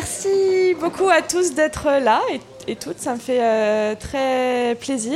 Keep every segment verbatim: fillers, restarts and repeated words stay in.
merci beaucoup à tous d'être là et, et toutes, ça me fait euh, très plaisir.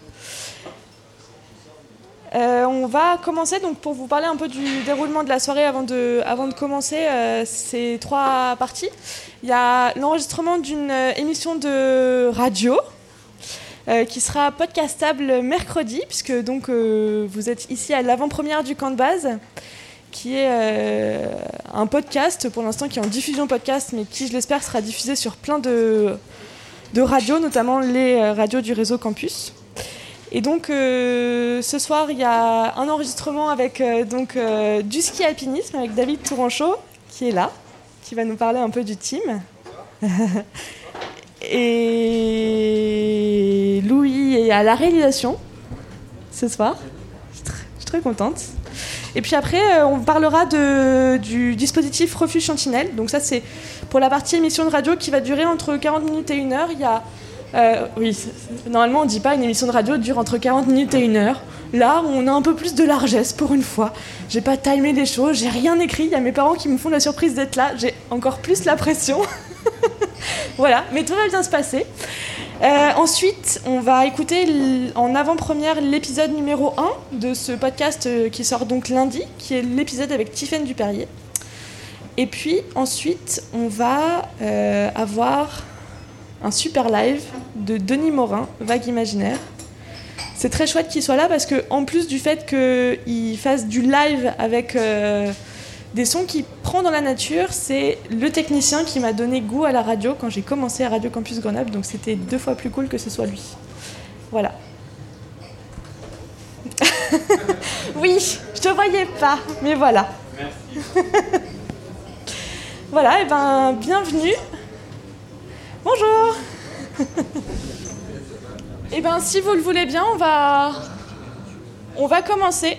Euh, on va commencer donc pour vous parler un peu du déroulement de la soirée avant de, avant de commencer euh, ces trois parties. Il y a l'enregistrement d'une émission de radio euh, qui sera podcastable mercredi, puisque donc euh, vous êtes ici à l'avant-première du camp de base, qui est euh, un podcast pour l'instant qui est en diffusion podcast, mais qui, je l'espère, sera diffusé sur plein de, de radios, notamment les radios du réseau Campus. Et donc euh, ce soir, il y a un enregistrement avec euh, donc, euh, du ski alpinisme avec David Touranchot, qui est là, qui va nous parler un peu du team. Et Louis est à la réalisation ce soir. Je suis très, je suis très contente. Et puis après, euh, on parlera de, du dispositif Refuge Sentinelle. Donc ça, c'est pour la partie émission de radio qui va durer entre quarante minutes et une heure. Il y a Euh, oui, normalement on ne dit pas une émission de radio dure entre quarante minutes et une heure. Là, on a un peu plus de largesse pour une fois. J'ai pas timé les choses, j'ai rien écrit. Il y a mes parents qui me font la surprise d'être là. J'ai encore plus la pression. Voilà, mais tout va bien se passer. Euh, ensuite, on va écouter en avant-première l'épisode numéro un de ce podcast qui sort donc lundi, qui est l'épisode avec Tiffaine Duperrier. Et puis ensuite, on va euh, avoir un super live de Denis Morin, Vague Imaginaire. C'est très chouette qu'il soit là parce qu'en plus du fait qu'il fasse du live avec euh, des sons qu'il prend dans la nature, c'est le technicien qui m'a donné goût à la radio quand j'ai commencé à Radio Campus Grenoble, donc c'était deux fois plus cool que ce soit lui. Voilà. Oui, je te voyais pas, mais voilà. Merci. Voilà, et ben bienvenue. Bonjour. Eh bien, si vous le voulez bien, on va, on va commencer.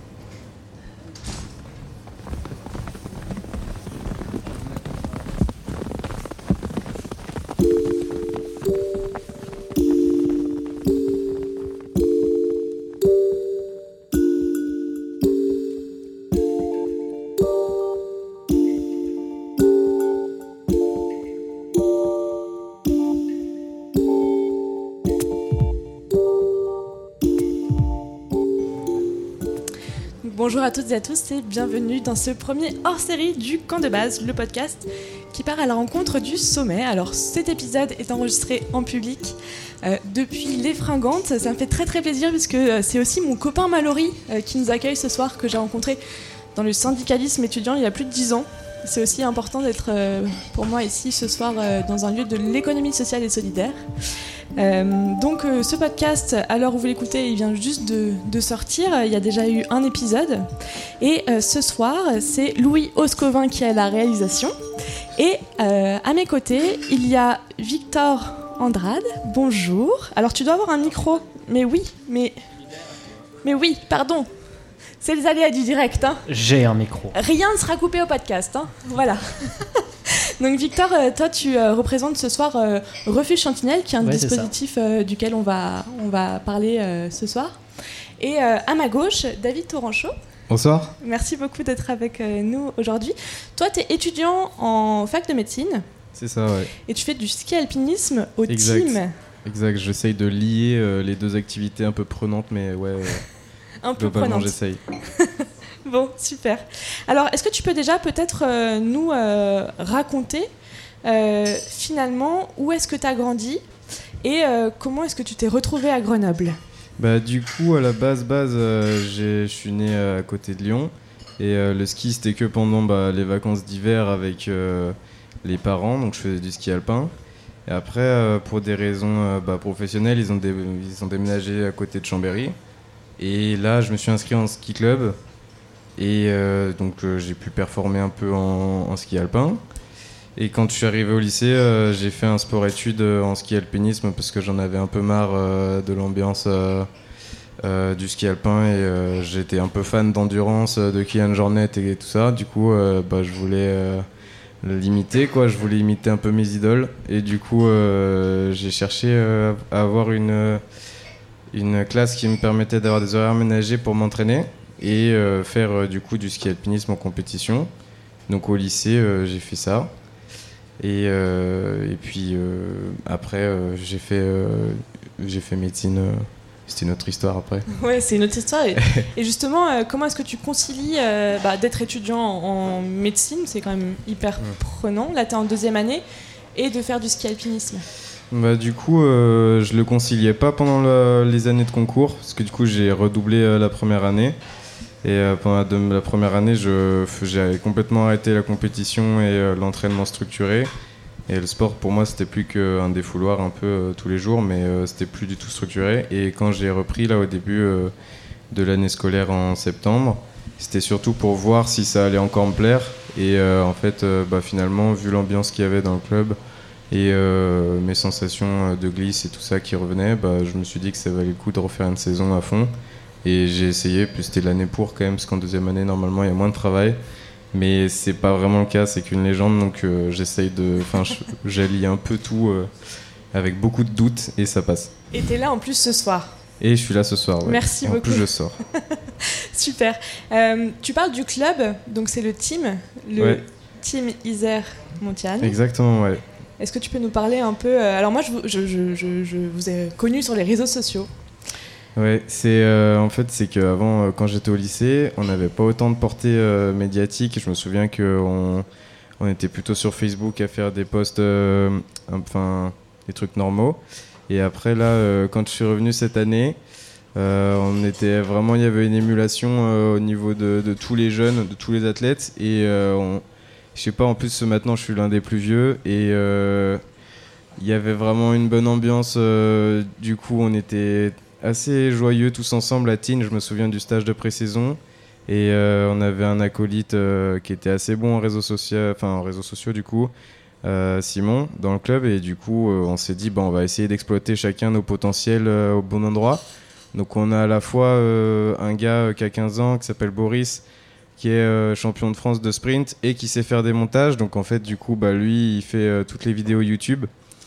Bonjour à toutes et à tous et bienvenue dans ce premier hors-série du Camp de base, le podcast qui part à la rencontre du sommet. Alors cet épisode est enregistré en public euh, depuis Les Fringantes. Ça me fait très très plaisir puisque euh, c'est aussi mon copain Mallory euh, qui nous accueille ce soir, que j'ai rencontré dans le syndicalisme étudiant il y a plus de dix ans. C'est aussi important d'être euh, pour moi ici ce soir euh, dans un lieu de l'économie sociale et solidaire. Euh, donc euh, ce podcast, à l'heure où vous l'écoutez, il vient juste de, de sortir. Il y a déjà eu un épisode. Et euh, ce soir, c'est Louis Oscovin qui est à la réalisation. Et euh, à mes côtés, il y a Victor Andrade. Bonjour. Alors tu dois avoir un micro. Mais oui, mais... Mais oui, pardon. C'est les aléas du direct. Hein. J'ai un micro. Rien ne sera coupé au podcast. Hein. Voilà. Donc Victor, toi tu euh, représentes ce soir euh, Refuge Sentinelle, qui est un ouais, dispositif euh, duquel on va, on va parler euh, ce soir. Et euh, à ma gauche, David Touranchot. Bonsoir. Merci beaucoup d'être avec euh, nous aujourd'hui. Toi tu es étudiant en fac de médecine. C'est ça, ouais. Et tu fais du ski alpinisme au exact. team. Exact, j'essaye de lier euh, les deux activités un peu prenantes, mais ouais, euh, un peu globalement prenante. J'essaye. Bon, super. Alors, est-ce que tu peux déjà peut-être euh, nous euh, raconter euh, finalement où est-ce que tu as grandi et euh, comment est-ce que tu t'es retrouvé à Grenoble ? Bah, du coup, à la base, base euh, je suis né à côté de Lyon et euh, le ski, c'était que pendant bah, les vacances d'hiver avec euh, les parents, donc je faisais du ski alpin. Et après, euh, pour des raisons euh, bah, professionnelles, ils ont, dé- ils ont déménagé à côté de Chambéry. Et là, je me suis inscrit en ski club. Et euh, donc euh, j'ai pu performer un peu en, en ski alpin. Et quand je suis arrivé au lycée, euh, j'ai fait un sport-études en ski alpinisme parce que j'en avais un peu marre euh, de l'ambiance euh, euh, du ski alpin. Et euh, j'étais un peu fan d'endurance, de Kylian Jornet et tout ça. Du coup, euh, bah, je voulais euh, l'imiter, quoi. Je voulais imiter un peu mes idoles. Et du coup, euh, j'ai cherché euh, à avoir une, une classe qui me permettait d'avoir des horaires aménagés pour m'entraîner. Et euh, faire euh, du coup du ski alpinisme en compétition. Donc au lycée, euh, j'ai fait ça. Et, euh, et puis euh, après, euh, j'ai, fait, euh, j'ai fait médecine. Euh, c'était une autre histoire après. Ouais, c'est une autre histoire. Et, et justement, euh, comment est-ce que tu concilies euh, bah, d'être étudiant en, en médecine, c'est quand même hyper ouais. prenant, là tu es en deuxième année, et de faire du ski alpinisme? Bah, du coup, euh, je le conciliais pas pendant la, les années de concours, parce que du coup, j'ai redoublé euh, la première année. Et euh, pendant la, de, la première année, je, j'ai complètement arrêté la compétition et euh, l'entraînement structuré. Et le sport, pour moi, c'était plus qu'un défouloir un peu euh, tous les jours, mais euh, c'était plus du tout structuré. Et quand j'ai repris, là, au début euh, de l'année scolaire en septembre, c'était surtout pour voir si ça allait encore me plaire. Et euh, en fait, euh, bah, finalement, vu l'ambiance qu'il y avait dans le club, et euh, mes sensations de glisse et tout ça qui revenaient, bah, je me suis dit que ça valait le coup de refaire une saison à fond. Et j'ai essayé, puis c'était l'année pour quand même, parce qu'en deuxième année, normalement, il y a moins de travail. Mais c'est pas vraiment le cas, c'est qu'une légende, donc euh, j'essaye de... Enfin, j'allie un peu tout euh, avec beaucoup de doutes, et ça passe. Et t'es là en plus ce soir. Et je suis là ce soir, ouais. Merci et beaucoup. En plus, je sors. Super. Euh, tu parles du club, donc c'est le team, le ouais. Team Isère Montiane. Exactement, ouais. Est-ce que tu peux nous parler un peu... Alors moi, je, je, je, je, je vous ai connu sur les réseaux sociaux. Ouais, c'est, euh, en fait, c'est qu'avant, euh, quand j'étais au lycée, on n'avait pas autant de portée euh, médiatique. Je me souviens qu'on on était plutôt sur Facebook à faire des posts, euh, enfin, des trucs normaux. Et après, là, euh, quand je suis revenu cette année, euh, on était vraiment, il y avait une émulation euh, au niveau de, de tous les jeunes, de tous les athlètes. Et euh, on... Je sais pas, en plus maintenant je suis l'un des plus vieux et il euh, y avait vraiment une bonne ambiance. Euh, du coup, on était assez joyeux tous ensemble à Tignes. Je me souviens du stage de pré-saison et euh, on avait un acolyte euh, qui était assez bon en réseaux sociaux, enfin en réseaux sociaux du coup, euh, Simon, dans le club. Et du coup, euh, on s'est dit, bah, on va essayer d'exploiter chacun nos potentiels euh, au bon endroit. Donc, on a à la fois euh, un gars qui a quinze ans qui s'appelle Boris, qui est euh, champion de France de sprint et qui sait faire des montages. Donc en fait, du coup, bah, lui, il fait euh, toutes les vidéos YouTube.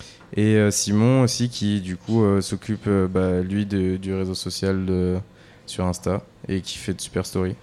Et euh, Simon aussi, qui du coup euh, s'occupe, euh, bah, lui, de, du réseau social de, sur Insta et qui fait de super stories.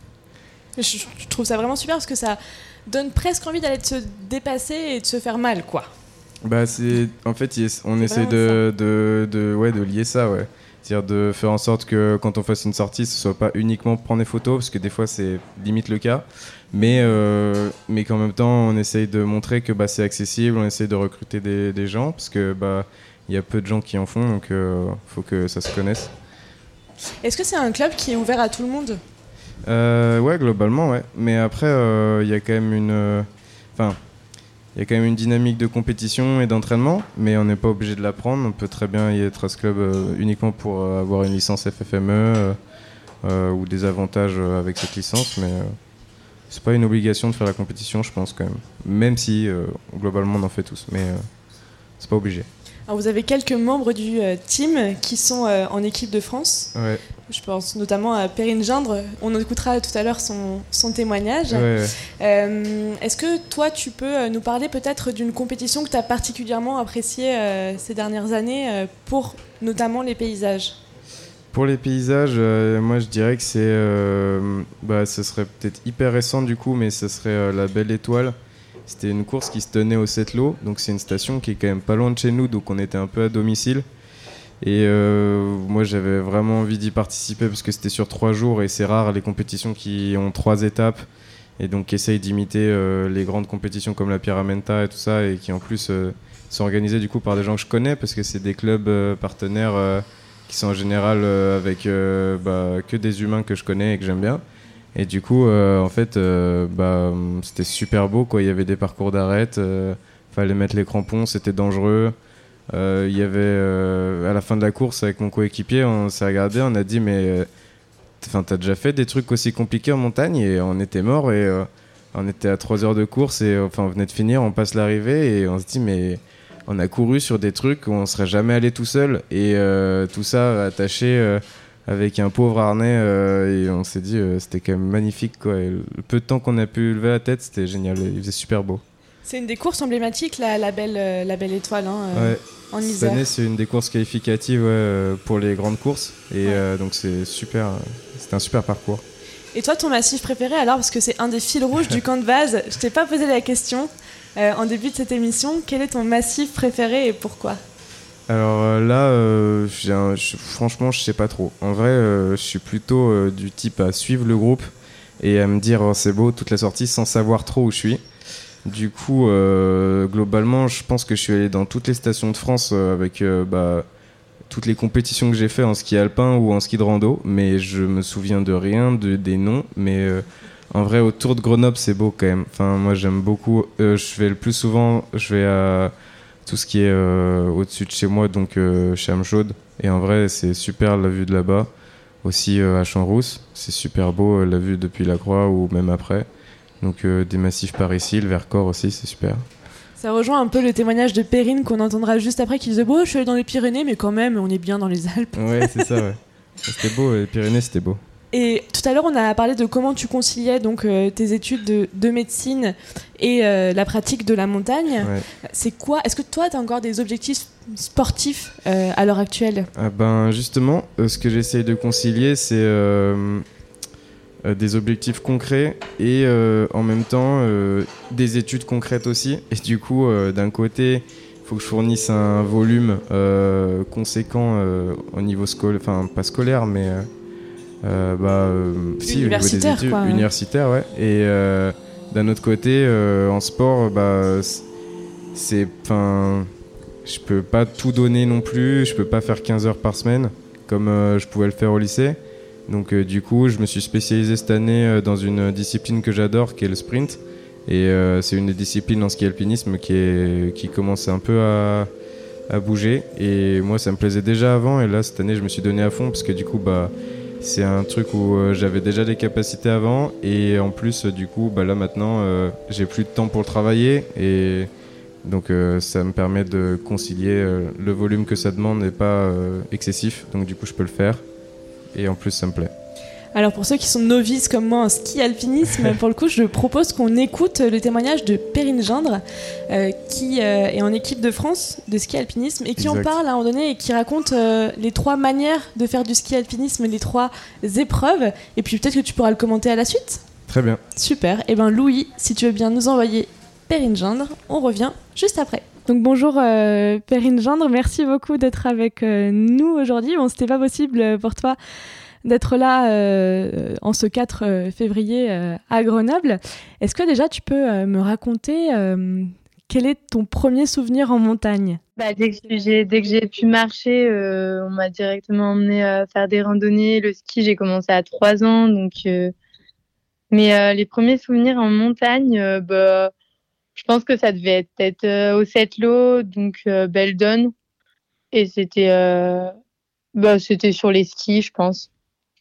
Je, je trouve ça vraiment super parce que ça donne presque envie d'aller de se dépasser et de se faire mal, quoi. Bah, c'est, en fait, on c'est essaie de, de, de, ouais, de lier ça, ouais. C'est-à-dire de faire en sorte que quand on fasse une sortie, ce soit pas uniquement prendre des photos, parce que des fois c'est limite le cas, mais, euh, mais qu'en même temps on essaye de montrer que bah, c'est accessible, on essaye de recruter des, des gens, parce que bah, y a peu de gens qui en font, donc il euh, faut que ça se connaisse. Est-ce que c'est un club qui est ouvert à tout le monde ? euh, Ouais, globalement, ouais. Mais après, il euh, y a quand même une... Enfin... Euh, Il y a quand même une dynamique de compétition et d'entraînement, mais on n'est pas obligé de l'apprendre. On peut très bien y être à ce club euh, uniquement pour euh, avoir une licence F F M E euh, euh, ou des avantages euh, avec cette licence, mais euh, c'est pas une obligation de faire la compétition, je pense quand même. Même si euh, globalement on en fait tous, mais euh, c'est pas obligé. Alors vous avez quelques membres du euh, team qui sont euh, en équipe de France. Ouais. Je pense notamment à Perrine Gindre. On écoutera tout à l'heure son, son témoignage. Ouais, ouais. Euh, est-ce que toi, tu peux nous parler peut-être d'une compétition que tu as particulièrement appréciée euh, ces dernières années euh, pour notamment les paysages ? Pour les paysages, euh, moi je dirais que c'est, euh, bah, ce serait peut-être hyper récent du coup, mais ce serait euh, la Belle Étoile. C'était une course qui se tenait au Sept-Lô, donc c'est une station qui est quand même pas loin de chez nous, donc on était un peu à domicile. Et euh, moi j'avais vraiment envie d'y participer parce que c'était sur trois jours et c'est rare les compétitions qui ont trois étapes et donc qui essayent d'imiter euh, les grandes compétitions comme la Pyramenta et tout ça et qui en plus euh, sont organisées du coup par des gens que je connais parce que c'est des clubs euh, partenaires euh, qui sont en général euh, avec euh, bah, que des humains que je connais et que j'aime bien. Et du coup, euh, en fait, euh, bah, c'était super beau, quoi. Il y avait des parcours d'arête, euh, fallait mettre les crampons, c'était dangereux. Euh, il y avait, euh, à la fin de la course, avec mon coéquipier, on s'est regardé, on a dit, mais euh, t'as déjà fait des trucs aussi compliqués en montagne ? Et on était morts, et euh, on était à trois heures de course, et enfin, on venait de finir, on passe l'arrivée, et on se dit, mais on a couru sur des trucs où on serait jamais allé tout seul, et euh, tout ça attaché... Euh, avec un pauvre harnais euh, et on s'est dit euh, c'était quand même magnifique quoi. Et le peu de temps qu'on a pu lever la tête, c'était génial, il faisait super beau. C'est une des courses emblématiques, la, la, belle, euh, la Belle Étoile hein, euh, ouais. en Isère. Cette année c'est une des courses qualificatives ouais, pour les grandes courses et ouais. euh, donc c'est super, c'était un super parcours. Et toi ton massif préféré alors, parce que c'est un des fils rouges du camp de base, je t'ai pas posé la question, euh, en début de cette émission. Quel est ton massif préféré et pourquoi ? Alors euh, là, euh, j'ai un- je- franchement, je sais pas trop. En vrai, euh, je suis plutôt euh, du type à suivre le groupe et à me dire oh, c'est beau toute la sortie sans savoir trop où je suis. Du coup, euh, globalement, je pense que je suis allé dans toutes les stations de France euh, avec euh, bah, toutes les compétitions que j'ai fait en ski alpin ou en ski de rando, mais je me souviens de rien, de, des noms. Mais euh, en vrai, autour de Grenoble, c'est beau quand même. Enfin, moi, j'aime beaucoup. Euh, je vais le plus souvent, je vais à tout ce qui est euh, au-dessus de chez moi, donc euh, Chamchaude. Et en vrai, c'est super la vue de là-bas. Aussi euh, à Champs-Rousse, c'est super beau euh, la vue depuis la Croix ou même après. Donc euh, des massifs par ici, le Vercors aussi, c'est super. Ça rejoint un peu le témoignage de Perrine qu'on entendra juste après qui disait bon, je suis allée dans les Pyrénées, mais quand même, on est bien dans les Alpes. Ouais, c'est ça, ouais. C'était beau, les Pyrénées, c'était beau. Et tout à l'heure, on a parlé de comment tu conciliais donc euh, tes études de, de médecine et euh, la pratique de la montagne. Ouais. C'est quoi ? Est-ce que toi, tu as encore des objectifs sportifs euh, à l'heure actuelle ? Ah ben justement, euh, ce que j'essaye de concilier, c'est euh, euh, des objectifs concrets et euh, en même temps euh, des études concrètes aussi. Et du coup, euh, d'un côté, il faut que je fournisse un volume euh, conséquent euh, au niveau scolaire, enfin pas scolaire, mais euh, euh, bah, euh, si, au niveau des Universitaire, études quoi, ouais. universitaires, ouais. Et euh, d'un autre côté, euh, en sport, bah, c'est, enfin, je peux pas tout donner non plus. Je peux pas faire quinze heures par semaine comme euh, je pouvais le faire au lycée. Donc euh, du coup, je me suis spécialisé cette année euh, dans une discipline que j'adore, qui est le sprint. Et euh, c'est une des disciplines en ski alpinisme qui, est, qui commence un peu à, à bouger. Et moi, ça me plaisait déjà avant. Et là, cette année, je me suis donné à fond parce que du coup, bah, c'est un truc où euh, j'avais déjà des capacités avant. Et en plus, euh, du coup, bah, là maintenant, euh, j'ai plus de temps pour le travailler. Et donc, euh, ça me permet de concilier euh, le volume que ça demande n'est pas euh, excessif. Donc, du coup, je peux le faire. Et en plus, ça me plaît. Alors pour ceux qui sont novices comme moi en ski alpinisme, pour le coup, je propose qu'on écoute le témoignage de Perrine Gindre, euh, qui euh, est en équipe de France de ski alpinisme et qui Exact. en parle à un moment donné et qui raconte euh, les trois manières de faire du ski alpinisme, les trois épreuves. Et puis peut-être que tu pourras le commenter à la suite. Très bien. Super. Et ben Louis, si tu veux bien nous envoyer Perrine Gindre, on revient juste après. Donc bonjour euh, Perrine Gindre, merci beaucoup d'être avec euh, nous aujourd'hui. Bon, c'était pas possible pour toi d'être là euh, en ce quatre février euh, à Grenoble. Est-ce que déjà tu peux euh, me raconter euh, quel est ton premier souvenir en montagne ? Bah, dès, que j'ai, dès que j'ai pu marcher, euh, on m'a directement emmené à faire des randonnées. Le ski, j'ai commencé à trois ans. Donc, euh... Mais euh, les premiers souvenirs en montagne, euh, bah, je pense que ça devait être peut-être euh, au Sept-Lô, donc euh, Beldon. Et c'était, euh... bah, c'était sur les skis, je pense.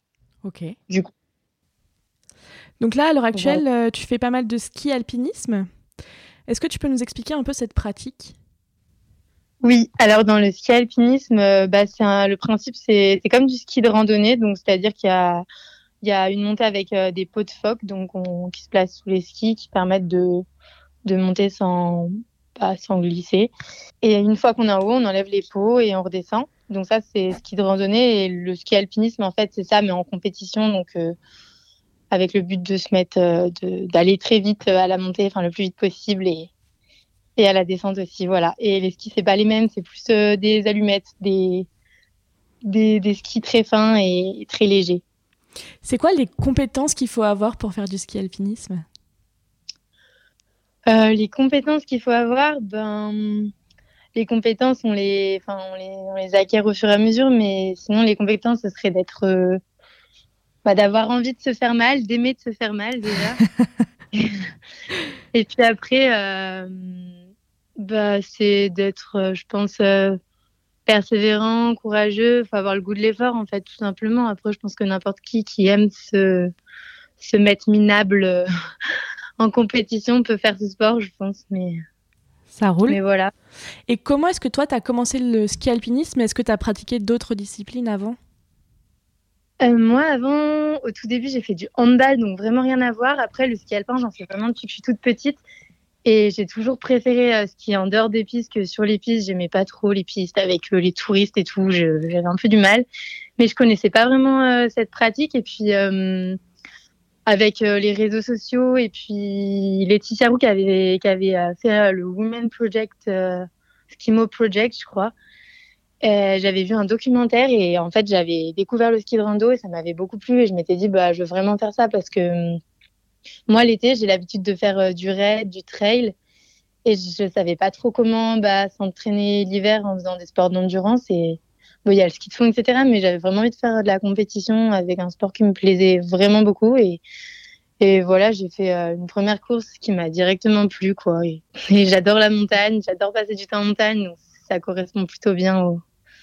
Ok. Du coup. Donc là, à l'heure actuelle, ouais. euh, tu fais pas mal de ski alpinisme. Est-ce que tu peux nous expliquer un peu cette pratique ? Oui, alors dans le ski alpinisme, euh, bah, c'est un, le principe, c'est, c'est comme du ski de randonnée. Donc, c'est-à-dire qu'il y a, il y a une montée avec euh, des pots de phoque donc on, qui se placent sous les skis, qui permettent de, de monter sans, bah, sans glisser. Et une fois qu'on est en haut, on enlève les pots et on redescend. Donc ça, c'est ski de randonnée. Et le ski alpinisme, en fait, c'est ça, mais en compétition. Donc, euh, avec le but de se mettre, euh, de, d'aller très vite à la montée, enfin le plus vite possible et, et à la descente aussi, voilà. Et les skis, c'est pas les mêmes, c'est plus euh, des allumettes, des, des, des skis très fins et, et très légers. C'est quoi les compétences qu'il faut avoir pour faire du ski alpinisme ? euh, Les compétences qu'il faut avoir, ben... Les compétences, on les, enfin, on les, on les acquiert au fur et à mesure, mais sinon, les compétences, ce serait d'être, euh, bah, d'avoir envie de se faire mal, d'aimer de se faire mal déjà. Et puis après, euh, bah, c'est d'être, euh, je pense, euh, persévérant, courageux. Il faut avoir le goût de l'effort, en fait, tout simplement. Après, je pense que n'importe qui qui aime se, se mettre minable euh, en compétition peut faire ce sport, je pense, mais... Ça roule. Mais voilà. Et comment est-ce que toi, tu as commencé le ski alpinisme ? Est-ce que tu as pratiqué d'autres disciplines avant ? euh, Moi, avant, au tout début, j'ai fait du handball, donc vraiment rien à voir. Après, le ski alpin, j'en fais vraiment depuis que je suis toute petite. Et j'ai toujours préféré euh, skier en dehors des pistes que sur les pistes. J'aimais pas trop les pistes avec euh, les touristes et tout. Je, j'avais un peu du mal. Mais je connaissais pas vraiment euh, cette pratique. Et puis, euh, avec euh, les réseaux sociaux et puis Laetitia Roux qui avait, qui avait euh, fait euh, le Women Project, euh, Skimo Project, je crois. Euh, j'avais vu un documentaire et en fait, j'avais découvert le ski de rando et ça m'avait beaucoup plu et je m'étais dit, bah, je veux vraiment faire ça parce que euh, moi, l'été, j'ai l'habitude de faire euh, du raid, du trail et je savais pas trop comment bah, s'entraîner l'hiver en faisant des sports d'endurance et bon, il y a le ski de fond, et cetera. Mais j'avais vraiment envie de faire de la compétition avec un sport qui me plaisait vraiment beaucoup et Et voilà, j'ai fait euh, une première course qui m'a directement plu, quoi. Et, et j'adore la montagne, j'adore passer du temps en montagne, donc ça correspond plutôt bien au,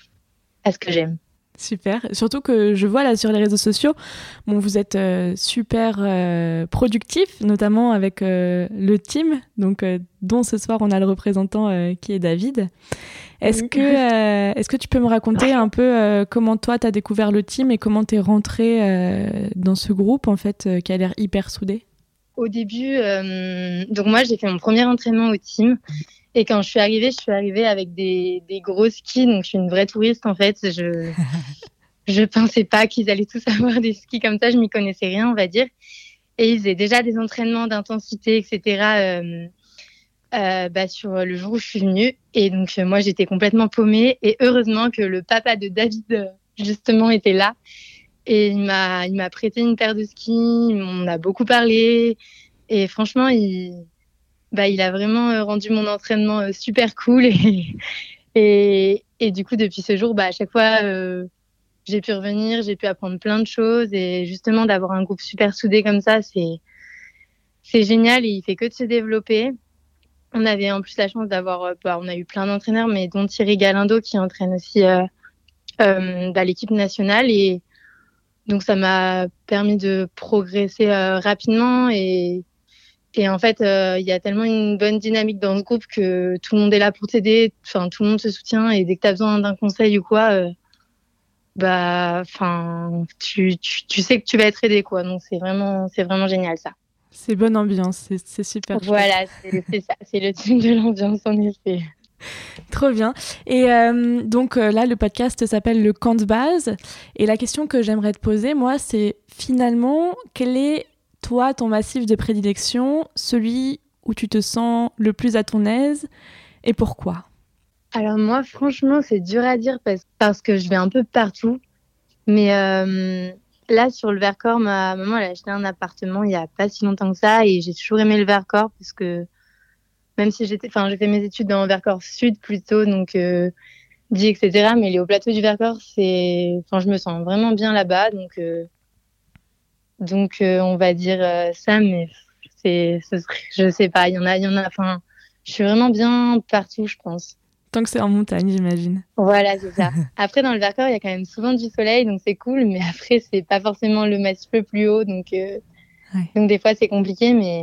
à ce que j'aime. Super. Surtout que je vois là sur les réseaux sociaux, bon, vous êtes euh, super euh, productif, notamment avec euh, le team, donc euh, dont ce soir on a le représentant euh, qui est David. Est-ce Oui. que, euh, est-ce que tu peux me raconter un peu euh, comment toi tu as découvert le team et comment tu es rentrée euh, dans ce groupe en fait euh, qui a l'air hyper soudé? Au début, euh, donc moi j'ai fait mon premier entraînement au team. Et quand je suis arrivée, je suis arrivée avec des, des gros skis, donc je suis une vraie touriste en fait. Je je pensais pas qu'ils allaient tous avoir des skis comme ça, je m'y connaissais rien, on va dire. Et ils faisaient déjà des entraînements d'intensité, et cetera. Euh, euh, bah, sur le jour où je suis venue. Et donc euh, moi j'étais complètement paumée. Et heureusement que le papa de David euh, justement était là. Et il m'a il m'a prêté une paire de skis. On a beaucoup parlé. Et franchement il bah, il a vraiment euh, rendu mon entraînement euh, super cool et, et, et du coup depuis ce jour bah, à chaque fois euh, j'ai pu revenir, j'ai pu apprendre plein de choses et justement d'avoir un groupe super soudé comme ça c'est c'est génial et il fait que de se développer. On avait en plus la chance d'avoir euh, bah, on a eu plein d'entraîneurs mais dont Thierry Galindo qui entraîne aussi euh, euh, bah, l'équipe nationale et donc ça m'a permis de progresser euh, rapidement et Et en fait, il euh, y a tellement une bonne dynamique dans ce groupe que tout le monde est là pour t'aider. Enfin, tout le monde se soutient et dès que tu as besoin d'un conseil ou quoi, euh, bah, enfin, tu, tu, tu sais que tu vas être aidé, quoi. Donc c'est vraiment, c'est vraiment génial ça. C'est bonne ambiance, c'est, c'est super chouette. Voilà, c'est, c'est ça, c'est le type de l'ambiance en effet. Trop bien. Et euh, donc euh, là, le podcast s'appelle Le Camp de base. Et la question que j'aimerais te poser, moi, c'est finalement, quel est toi, ton massif de prédilection, celui où tu te sens le plus à ton aise et pourquoi? Alors moi, franchement, c'est dur à dire parce, parce que je vais un peu partout. Mais euh, là, sur le Vercors, ma maman elle a acheté un appartement il y a pas si longtemps que ça et j'ai toujours aimé le Vercors parce que même si j'étais, enfin, j'ai fait mes études dans le Vercors Sud plutôt, donc euh, dit et cetera. Mais les hauts plateaux du Vercors, c'est, enfin, je me sens vraiment bien là-bas, donc euh, donc euh, on va dire euh, ça, mais c'est, ce serait, je sais pas, il y en a, il y en a, enfin, je suis vraiment bien partout, je pense. Tant que c'est en montagne, j'imagine. Voilà, c'est ça. Après, dans le Vercors, il y a quand même souvent du soleil, donc c'est cool, mais après, c'est pas forcément le massif le plus haut, donc, euh, Ouais. donc des fois, c'est compliqué, mais,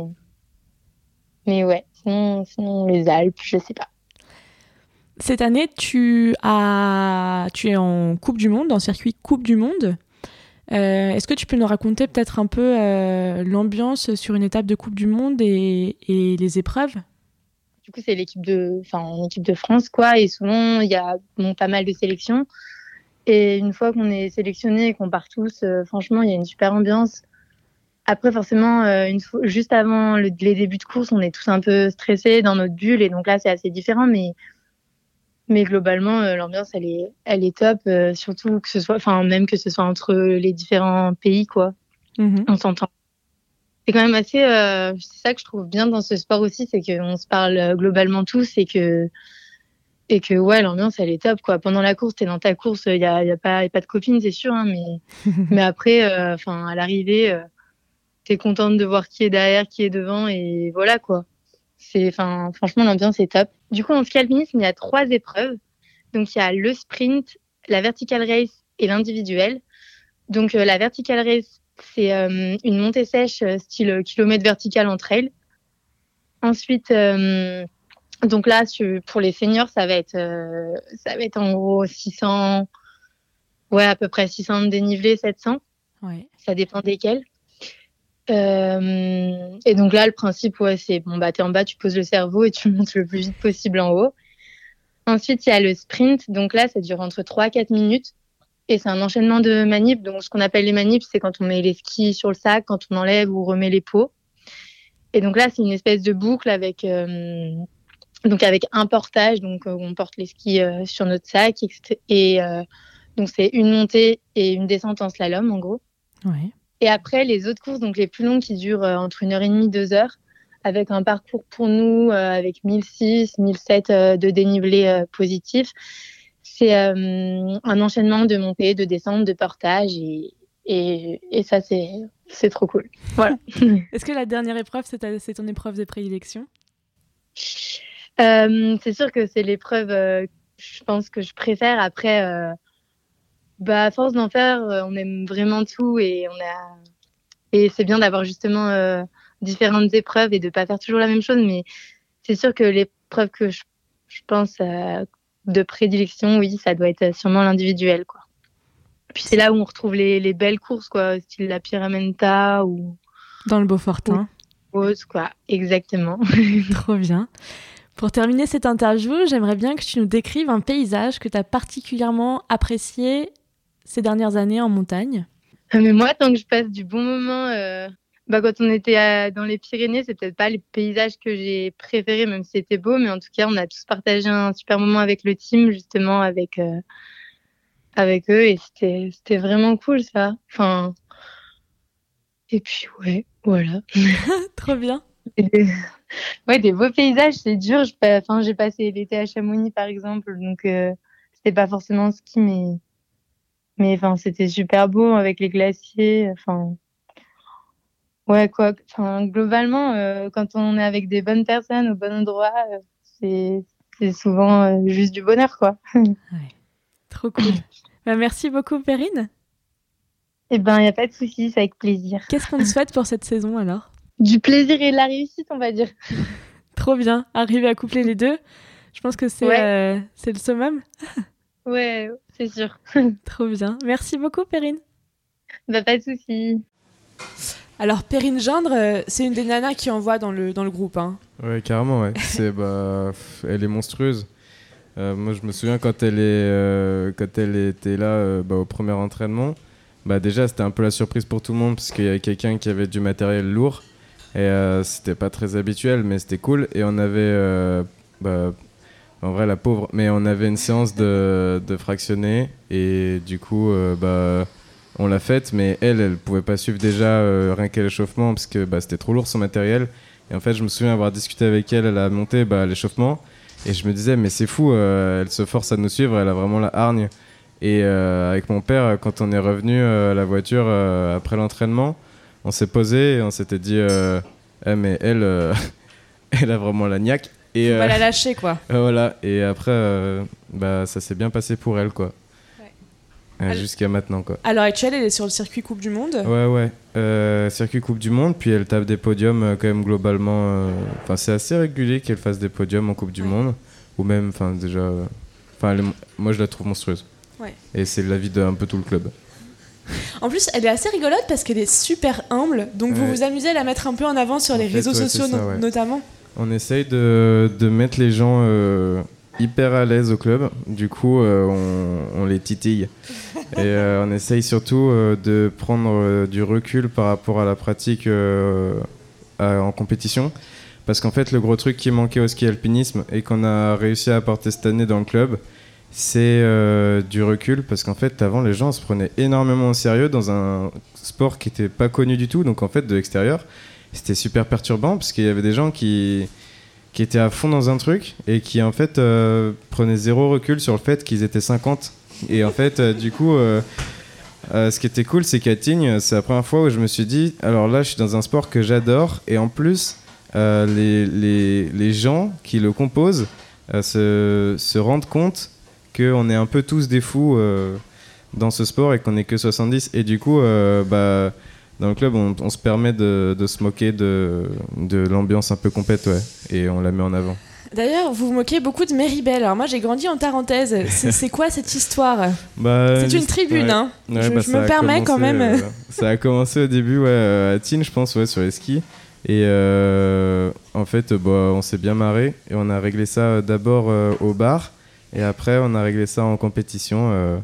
mais ouais, sinon, sinon, les Alpes, je sais pas. Cette année, tu, as... tu es en Coupe du Monde, en circuit Coupe du Monde. Euh, est-ce que tu peux nous raconter peut-être un peu euh, l'ambiance sur une étape de Coupe du Monde et, et les épreuves? Du coup, c'est l'équipe de, enfin, l'équipe de France, quoi. Et souvent, il y a bon, pas mal de sélections. Et une fois qu'on est sélectionné et qu'on part tous, euh, franchement, il y a une super ambiance. Après, forcément, euh, une fois, juste avant le, les débuts de course, on est tous un peu stressés dans notre bulle. Et donc là, c'est assez différent. Mais, mais globalement, euh, l'ambiance, elle est, elle est top. Euh, surtout que ce soit, enfin, même que ce soit entre les différents pays, quoi. Mm-hmm. On s'entend. C'est quand même assez, euh, c'est ça que je trouve bien dans ce sport aussi, c'est qu'on se parle globalement tous et que, et que ouais, l'ambiance elle est top quoi. Pendant la course, t'es dans ta course, il y a, y a pas, y a pas de copine, c'est sûr, hein, mais, mais après, enfin, euh, à l'arrivée, euh, t'es contente de voir qui est derrière, qui est devant et voilà quoi. C'est, enfin, franchement, l'ambiance est top. Du coup, en ski alpinisme, il y a trois épreuves. Donc, il y a le sprint, la vertical race et l'individuel. Donc, euh, la vertical race, c'est euh, une montée sèche euh, style kilomètre vertical en trail. Ensuite, euh, donc là, sur, pour les seniors, ça va être, euh, ça va être en gros six cents, ouais, à peu près six cents de dénivelé, sept cents. Ouais. Ça dépend desquels. Euh, et donc là, le principe, ouais, c'est bon, bah, t'es en bas, tu poses le cerveau et tu montes le plus vite possible en haut. Ensuite, il y a le sprint. Donc là, ça dure entre trois à quatre minutes. Et c'est un enchaînement de manips. Donc, ce qu'on appelle les manips, c'est quand on met les skis sur le sac, quand on enlève ou remet les pots. Et donc là, c'est une espèce de boucle avec, euh, donc avec un portage, donc euh, où on porte les skis euh, sur notre sac. Et euh, donc, c'est une montée et une descente en slalom, en gros. Ouais. Et après, les autres courses, donc les plus longues qui durent euh, entre une heure et demie, deux heures, avec un parcours pour nous euh, avec mille six, mille sept euh, de dénivelé euh, positif. C'est euh, un enchaînement de montées, de descentes, de portages et, et, et ça, c'est, c'est trop cool. Voilà. Est-ce que la dernière épreuve, c'est, ta, c'est ton épreuve de prédilection ? euh, C'est sûr que c'est l'épreuve, euh, je pense, que je préfère. Après, euh, bah, à force d'en faire, euh, on aime vraiment tout et, on a... et c'est bien d'avoir justement euh, différentes épreuves et de ne pas faire toujours la même chose. Mais c'est sûr que l'épreuve que je, je pense... Euh, de prédilection, oui, ça doit être sûrement l'individuel, quoi. Puis c'est là où on retrouve les, les belles courses, quoi, style la Pyramenta ou... Dans le Beaufortin. Rose, quoi, exactement. Trop bien. Pour terminer cette interview, j'aimerais bien que tu nous décrives un paysage que tu as particulièrement apprécié ces dernières années en montagne. Mais moi, tant que je passe du bon moment... Euh... Bah, quand on était à, dans les Pyrénées, c'est peut-être pas les paysages que j'ai préférés, même si c'était beau, mais en tout cas, on a tous partagé un super moment avec le team, justement, avec, euh, avec eux, et c'était, c'était vraiment cool, ça. Enfin, et puis, ouais, voilà. Trop bien. Des... Ouais, des beaux paysages, c'est dur. Je... Enfin, j'ai passé l'été à Chamonix, par exemple, donc euh, c'était pas forcément ski, mais, mais enfin, c'était super beau avec les glaciers, enfin... Ouais, quoi. Enfin, globalement, euh, quand on est avec des bonnes personnes au bon endroit, euh, c'est, c'est souvent euh, juste du bonheur, quoi. Ouais. Trop cool. Bah, merci beaucoup, Perrine. Eh ben, il n'y a pas de souci, c'est avec plaisir. Qu'est-ce qu'on te souhaite pour cette saison, alors ? Du plaisir et de la réussite, on va dire. Trop bien. Arriver à coupler les deux, je pense que c'est, ouais. euh, c'est le summum. Ouais, c'est sûr. Trop bien. Merci beaucoup, Perrine. Bah, pas de souci. Alors, Perrine Gendre, c'est une des nanas qui envoie dans le, dans le groupe. Hein. Ouais, carrément, ouais. C'est, bah, elle est monstrueuse. Euh, moi, je me souviens quand elle, est, euh, quand elle était là euh, bah, au premier entraînement, bah, déjà, c'était un peu la surprise pour tout le monde parce qu'il y avait quelqu'un qui avait du matériel lourd et euh, c'était pas très habituel, mais c'était cool. Et on avait, euh, bah, en vrai, la pauvre, mais on avait une séance de, de fractionné et du coup, euh, bah, on l'a faite, mais elle, elle pouvait pas suivre déjà euh, rien qu'à l'échauffement parce que bah, c'était trop lourd son matériel. Et en fait, je me souviens avoir discuté avec elle, elle a monté bah, l'échauffement. Et je me disais, mais c'est fou, euh, elle se force à nous suivre, elle a vraiment la hargne. Et euh, avec mon père, quand on est revenu euh, à la voiture euh, après l'entraînement, on s'est posé et on s'était dit, euh, eh, mais elle, euh, elle a vraiment la niaque. Et, on va euh, la lâcher, quoi. Euh, voilà, et après, euh, bah, ça s'est bien passé pour elle, quoi. Euh, Elle... Jusqu'à maintenant, quoi. À l'heure actuelle, elle est sur le circuit Coupe du Monde. Ouais, ouais. Euh, circuit Coupe du Monde, puis elle tape des podiums euh, quand même globalement. Enfin, euh, c'est assez régulier qu'elle fasse des podiums en Coupe du ouais. Monde. Ou même, enfin, déjà. Enfin, est... moi, je la trouve monstrueuse. Ouais. Et c'est l'avis d'un peu tout le club. En plus, elle est assez rigolote parce qu'elle est super humble. Donc, ouais. vous vous amusez à la mettre un peu en avant sur en les fait, réseaux ouais, sociaux, ça, ouais. notamment. On essaye de, de mettre les gens euh, hyper à l'aise au club. Du coup, euh, on, on les titille. Et euh, on essaye surtout euh, de prendre euh, du recul par rapport à la pratique euh, à, en compétition. Parce qu'en fait, le gros truc qui manquait au ski alpinisme et qu'on a réussi à apporter cette année dans le club, c'est euh, du recul. Parce qu'en fait, avant, les gens se prenaient énormément au sérieux dans un sport qui n'était pas connu du tout. Donc en fait, de l'extérieur, c'était super perturbant parce qu'il y avait des gens qui, qui étaient à fond dans un truc et qui en fait euh, prenaient zéro recul sur le fait qu'ils étaient cinquante. Et en fait, euh, du coup, euh, euh, ce qui était cool, c'est qu'à Tignes, c'est la première fois où je me suis dit, alors là, je suis dans un sport que j'adore, et en plus, euh, les, les, les gens qui le composent euh, se, se rendent compte qu'on est un peu tous des fous euh, dans ce sport et qu'on n'est que soixante-dix. Et du coup, euh, bah, dans le club, on, on se permet de, de se moquer de, de l'ambiance un peu complète, ouais, et on la met en avant. D'ailleurs, vous vous moquez beaucoup de Méribel. Alors moi, j'ai grandi en Tarentaise. C'est, c'est quoi cette histoire ? bah, C'est une tribune, ouais. hein. Ouais, je bah, je me permets commencé, quand même. Euh, ça a commencé au début ouais, à Tignes, je pense, ouais, sur les skis. Et euh, en fait, bah, on s'est bien marré. Et on a réglé ça d'abord euh, au bar. Et après, on a réglé ça en compétition. Euh,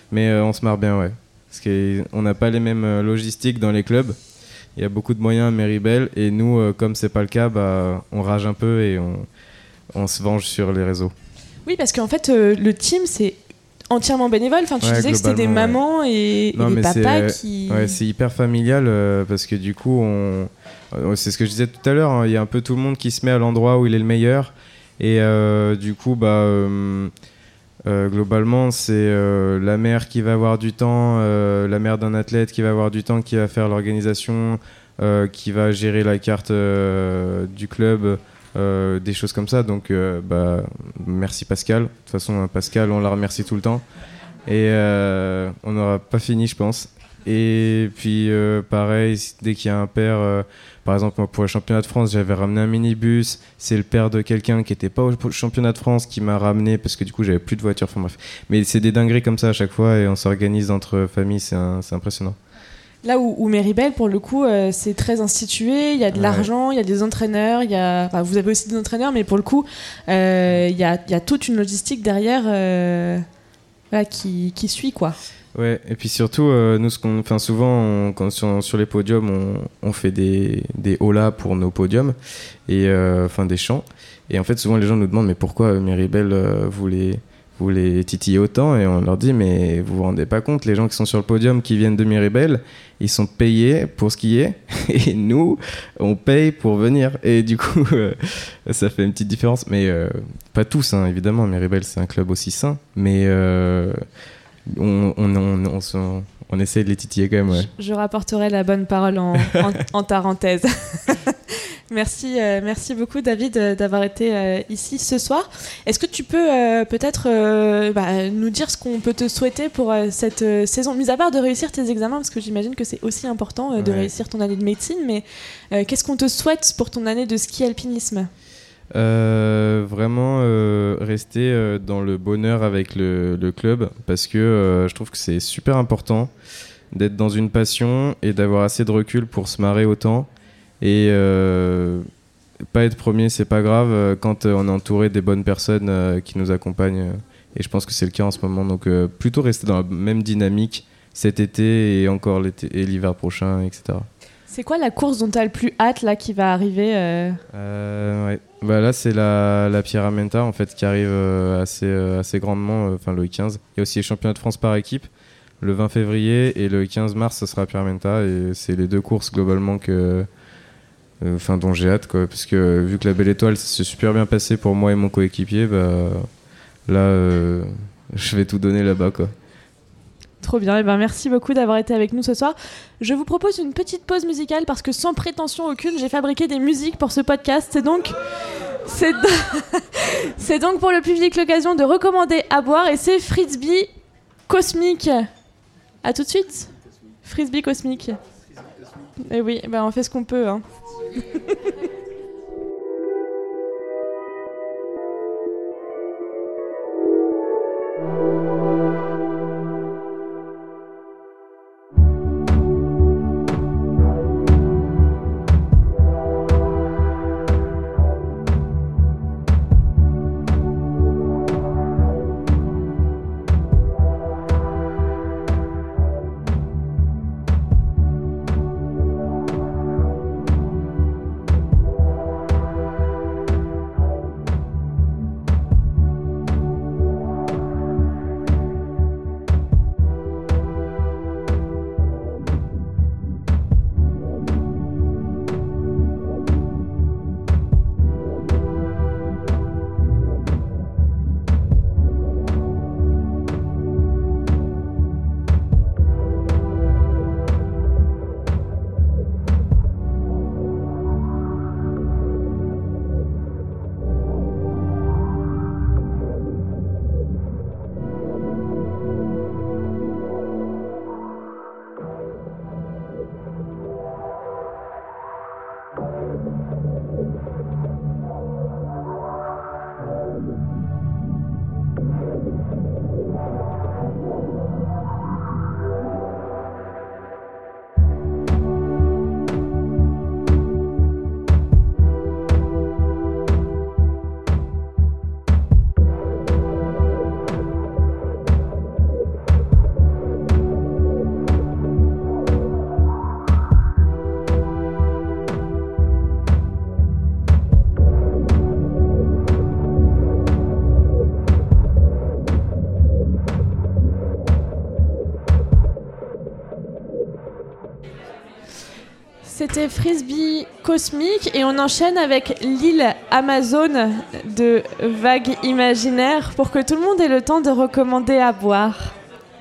Mais euh, on se marre bien, ouais. Parce qu'on n'a pas les mêmes euh, logistiques dans les clubs. Il y a beaucoup de moyens à Méribel. Et nous, euh, comme c'est pas le cas, bah, on rage un peu et on, on se venge sur les réseaux. Oui, parce qu'en fait, euh, le team, c'est entièrement bénévole. Enfin, tu Ouais, disais que c'était des globalement, ouais. mamans et, Non, et des mais papas c'est, qui... ouais, c'est hyper familial euh, parce que du coup, on, euh, c'est ce que je disais tout à l'heure, hein, il y a un peu tout le monde qui se met à l'endroit où il est le meilleur. Et euh, du coup, bah, euh, euh, globalement, c'est euh, la mère qui va avoir du temps, euh, la mère d'un athlète qui va avoir du temps, qui va faire l'organisation, euh, qui va gérer la carte euh, du club. Euh, des choses comme ça, donc euh, bah, merci Pascal. De toute façon, Pascal, on la remercie tout le temps. Et euh, on n'aura pas fini, je pense. Et puis, euh, pareil, dès qu'il y a un père, euh, par exemple, moi, pour le championnat de France, j'avais ramené un minibus. C'est le père de quelqu'un qui n'était pas au championnat de France qui m'a ramené parce que du coup, j'avais plus de voiture. Enfin bref. Mais c'est des dingueries comme ça à chaque fois et on s'organise entre familles, c'est, un, c'est impressionnant. Là où, où Méribel, pour le coup, euh, c'est très institué, il y a de Ouais. l'argent, il y a des entraîneurs, il y a... Enfin, vous avez aussi des entraîneurs, mais pour le coup, euh, il y, a, il y a toute une logistique derrière euh, voilà, qui, qui suit, quoi. Ouais, et puis surtout, euh, nous, ce qu'on, enfin, souvent, on, quand sur, sur les podiums, on, on fait des, des holas pour nos podiums, et, euh, enfin des chants. Et en fait, souvent, les gens nous demandent, mais pourquoi Méribel, euh, vous les... vous les titillez autant, et on leur dit mais vous vous rendez pas compte, les gens qui sont sur le podium qui viennent de Méribel, ils sont payés pour skier et nous on paye pour venir, et du coup euh, ça fait une petite différence, mais euh, pas tous hein, évidemment. Méribel c'est un club aussi sain, mais euh, on, on, on, on, on, on essaie de les titiller quand même, ouais. Je, je rapporterai la bonne parole en, en, en parenthèse. Merci, euh, merci beaucoup David euh, d'avoir été euh, ici ce soir. Est-ce que tu peux euh, peut-être euh, bah, nous dire ce qu'on peut te souhaiter pour euh, cette euh, saison, mis à part de réussir tes examens, parce que j'imagine que c'est aussi important euh, de Ouais. réussir ton année de médecine, mais euh, qu'est-ce qu'on te souhaite pour ton année de ski alpinisme ? Euh, vraiment euh, rester euh, dans le bonheur avec le, le club, parce que euh, je trouve que c'est super important d'être dans une passion et d'avoir assez de recul pour se marrer autant. Et euh, pas être premier, c'est pas grave euh, quand euh, on est entouré des bonnes personnes euh, qui nous accompagnent. euh, et je pense que c'est le cas en ce moment. Donc euh, plutôt rester dans la même dynamique cet été et encore l'été et l'hiver prochain, et cetera. C'est quoi la course dont tu as le plus hâte là qui va arriver euh... Euh, ouais. Bah là, c'est la, la Pyramenta en fait qui arrive euh, assez, euh, assez grandement, enfin euh, le quinze. Il y a aussi les championnats de France par équipe le vingt février, et le quinze mars, ce sera Pyramenta, et c'est les deux courses globalement que. Enfin, euh, dont j'ai hâte, quoi, parce que vu que la Belle Étoile s'est super bien passé pour moi et mon coéquipier, bah là, euh, je vais tout donner là-bas, quoi. Trop bien, et ben merci beaucoup d'avoir été avec nous ce soir. Je vous propose une petite pause musicale parce que sans prétention aucune, j'ai fabriqué des musiques pour ce podcast. C'est donc, c'est, c'est donc pour le public l'occasion de recommander à boire, et c'est Frisbee Cosmique. À tout de suite. Frisbee Cosmique. Et oui, ben on fait ce qu'on peut, hein. c'était Frisbee Cosmique et on enchaîne avec l'île Amazon de Vagues Imaginaires pour que tout le monde ait le temps de recommander à boire.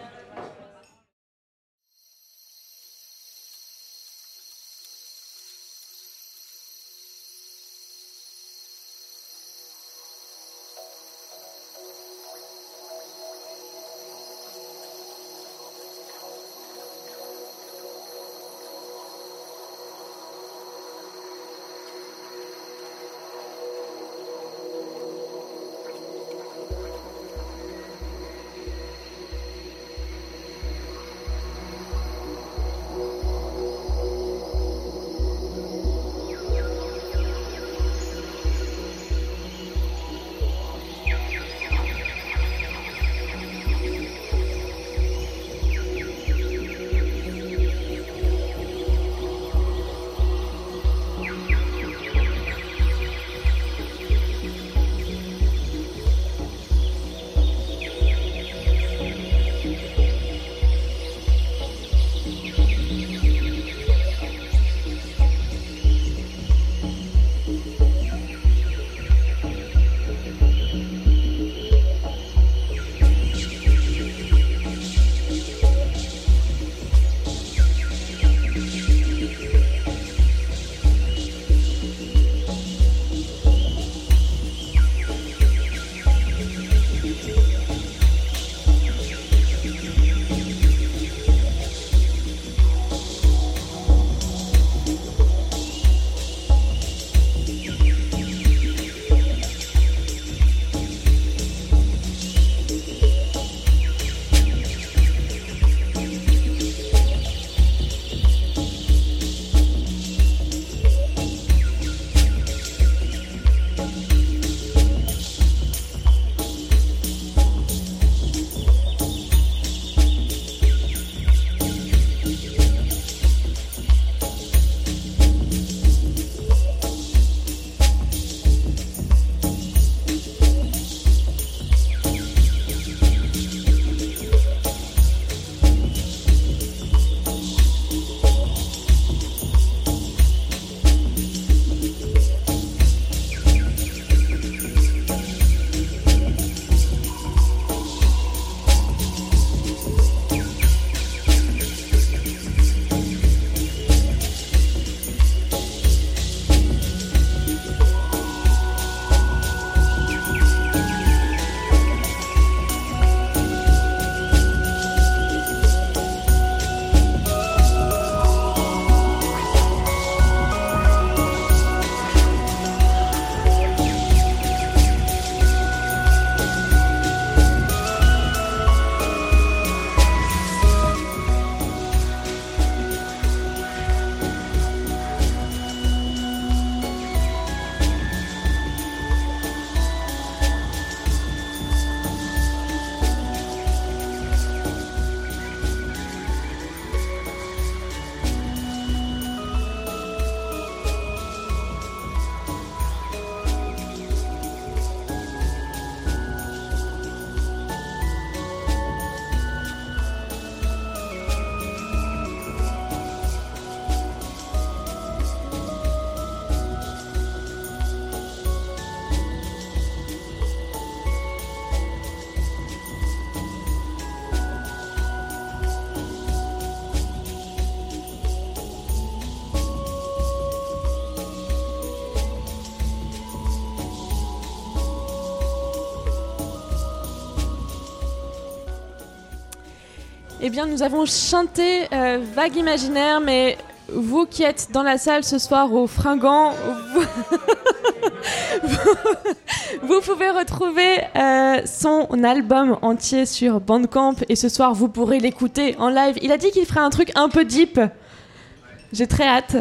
Eh bien, nous avons chanté euh, Vagues Imaginaires, mais vous qui êtes dans la salle ce soir au Fringant, vous, vous pouvez retrouver euh, son album entier sur Bandcamp et ce soir, vous pourrez l'écouter en live. Il a dit qu'il ferait un truc un peu deep. J'ai très hâte.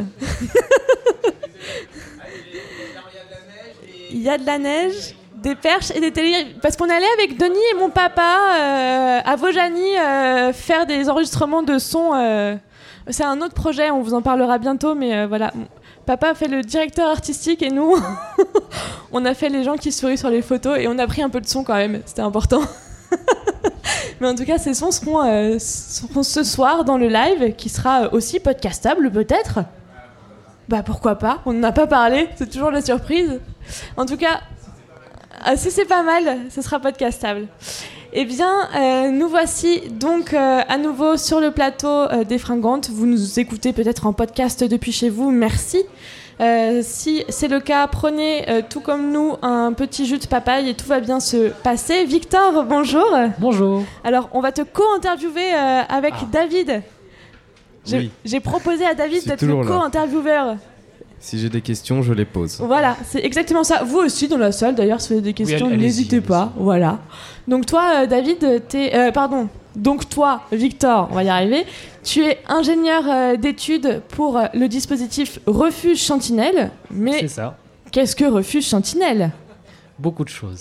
Il y a de la neige, des perches et des télé... Parce qu'on allait avec Denis et mon papa euh, à Vaujany euh, faire des enregistrements de sons. Euh... C'est un autre projet, on vous en parlera bientôt, mais euh, voilà. Papa a fait le directeur artistique et nous, on a fait les gens qui sourient sur les photos et on a pris un peu de son quand même, c'était important. Mais en tout cas, ces sons seront, euh, seront ce soir dans le live, qui sera aussi podcastable peut-être. Bah pourquoi pas, on n'en a pas parlé, c'est toujours la surprise. En tout cas, euh, si c'est pas mal, ce sera podcastable. Eh bien, euh, nous voici donc euh, à nouveau sur le plateau euh, des Fringantes. Vous nous écoutez peut-être en podcast depuis chez vous, merci. Euh, si c'est le cas, prenez euh, tout comme nous un petit jus de papaye et tout va bien se passer. Victor, bonjour. Bonjour. Alors, on va te co-interviewer euh, avec ah. David. J'ai, oui. j'ai proposé à David d'être le co-intervieweur. Si j'ai des questions, je les pose. Voilà, c'est exactement ça. Vous aussi dans la salle, d'ailleurs, si vous avez des questions, oui, allez-y, n'hésitez allez-y. pas. Voilà. Donc toi, euh, David, t'es, euh, pardon. Donc toi, Victor, on va y arriver. Tu es ingénieur euh, d'études pour euh, le dispositif Refuge Chantinelle. Mais c'est ça. Qu'est-ce que Refuge Chantinelle ? Beaucoup de choses.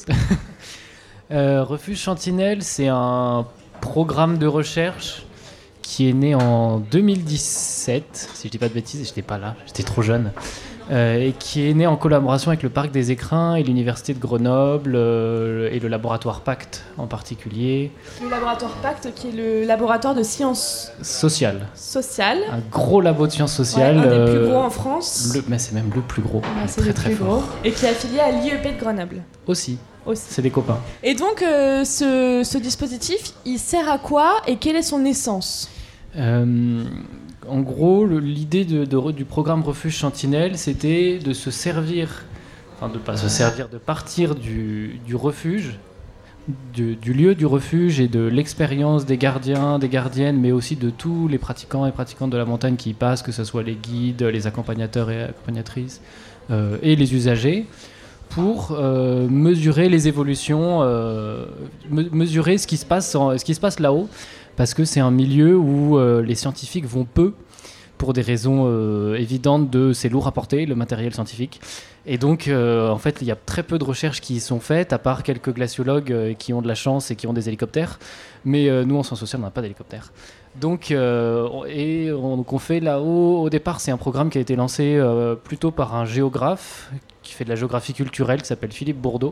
euh, Refuge Chantinelle, c'est un programme de recherche qui est né en deux mille dix-sept, si je dis pas de bêtises, j'étais pas là, j'étais trop jeune, euh, et qui est né en collaboration avec le Parc des Écrins et l'Université de Grenoble euh, et le laboratoire Pacte en particulier. Le laboratoire Pacte, qui est le laboratoire de sciences sociales. Sociales. Un gros labo de sciences sociales. Ouais, un des euh, plus gros en France. Le, mais c'est même le plus gros. Ouais, c'est très le très plus fort. Gros. Et qui est affilié à l'I E P de Grenoble. Aussi. Aussi. C'est des copains. Et donc, euh, ce, ce dispositif, il sert à quoi et quelle est son essence ? Euh, en gros, le, l'idée de, de, du programme Refuge Chantinelle, c'était de se servir, enfin de pas se servir, de partir du, du refuge, du, du lieu du refuge et de l'expérience des gardiens, des gardiennes, mais aussi de tous les pratiquants et pratiquantes de la montagne qui y passent, que ce soit les guides, les accompagnateurs et accompagnatrices euh, et les usagers, pour euh, mesurer les évolutions, euh, me, mesurer ce qui se passe, en, ce qui se passe là-haut. Parce que c'est un milieu où euh, les scientifiques vont peu, pour des raisons euh, évidentes de c'est lourd à porter, le matériel scientifique. Et donc, euh, en fait, il y a très peu de recherches qui y sont faites, à part quelques glaciologues euh, qui ont de la chance et qui ont des hélicoptères. Mais euh, nous, en sciences sociales, on n'a pas d'hélicoptère. Donc, euh, et on, donc on fait là-haut, au départ, c'est un programme qui a été lancé euh, plutôt par un géographe qui fait de la géographie culturelle, qui s'appelle Philippe Bourdeau.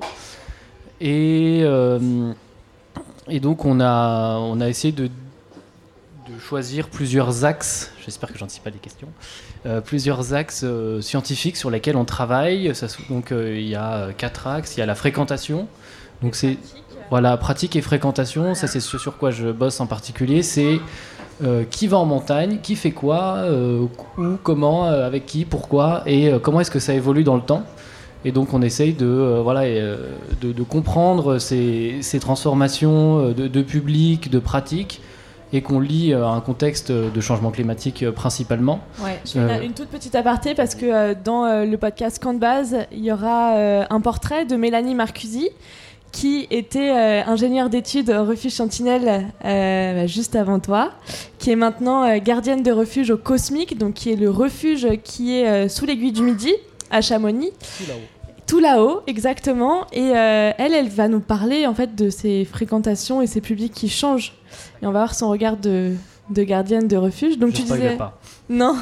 Et... Euh, Et donc on a, on a essayé de, de choisir plusieurs axes, j'espère que j'anticipe pas les questions, euh, plusieurs axes euh, scientifiques sur lesquels on travaille. Ça, donc euh, il y a quatre axes, il y a la fréquentation, donc c'est voilà, pratique et fréquentation, ça c'est ce sur quoi je bosse en particulier, c'est euh, qui va en montagne, qui fait quoi, euh, où, comment, euh, avec qui, pourquoi, et euh, comment est-ce que ça évolue dans le temps. Et donc on essaye de, euh, voilà, euh, de, de comprendre ces, ces transformations de, de public, de pratique, et qu'on lie à un contexte de changement climatique euh, principalement. Ouais, je fais euh, une, une toute petite aparté parce que euh, dans euh, le podcast Camp de base, il y aura euh, un portrait de Mélanie Marcusi, qui était euh, ingénieure d'études au Refuge Chantinelle euh, bah, juste avant toi, qui est maintenant euh, gardienne de refuge au Cosmique, donc qui est le refuge qui est euh, sous l'aiguille du Midi, à Chamonix. Tout là-haut. Tout là-haut, exactement. Et euh, elle, elle va nous parler en fait de ses fréquentations et ses publics qui changent. Et on va voir son regard de, de gardienne de refuge. Donc Je tu disais pas. non.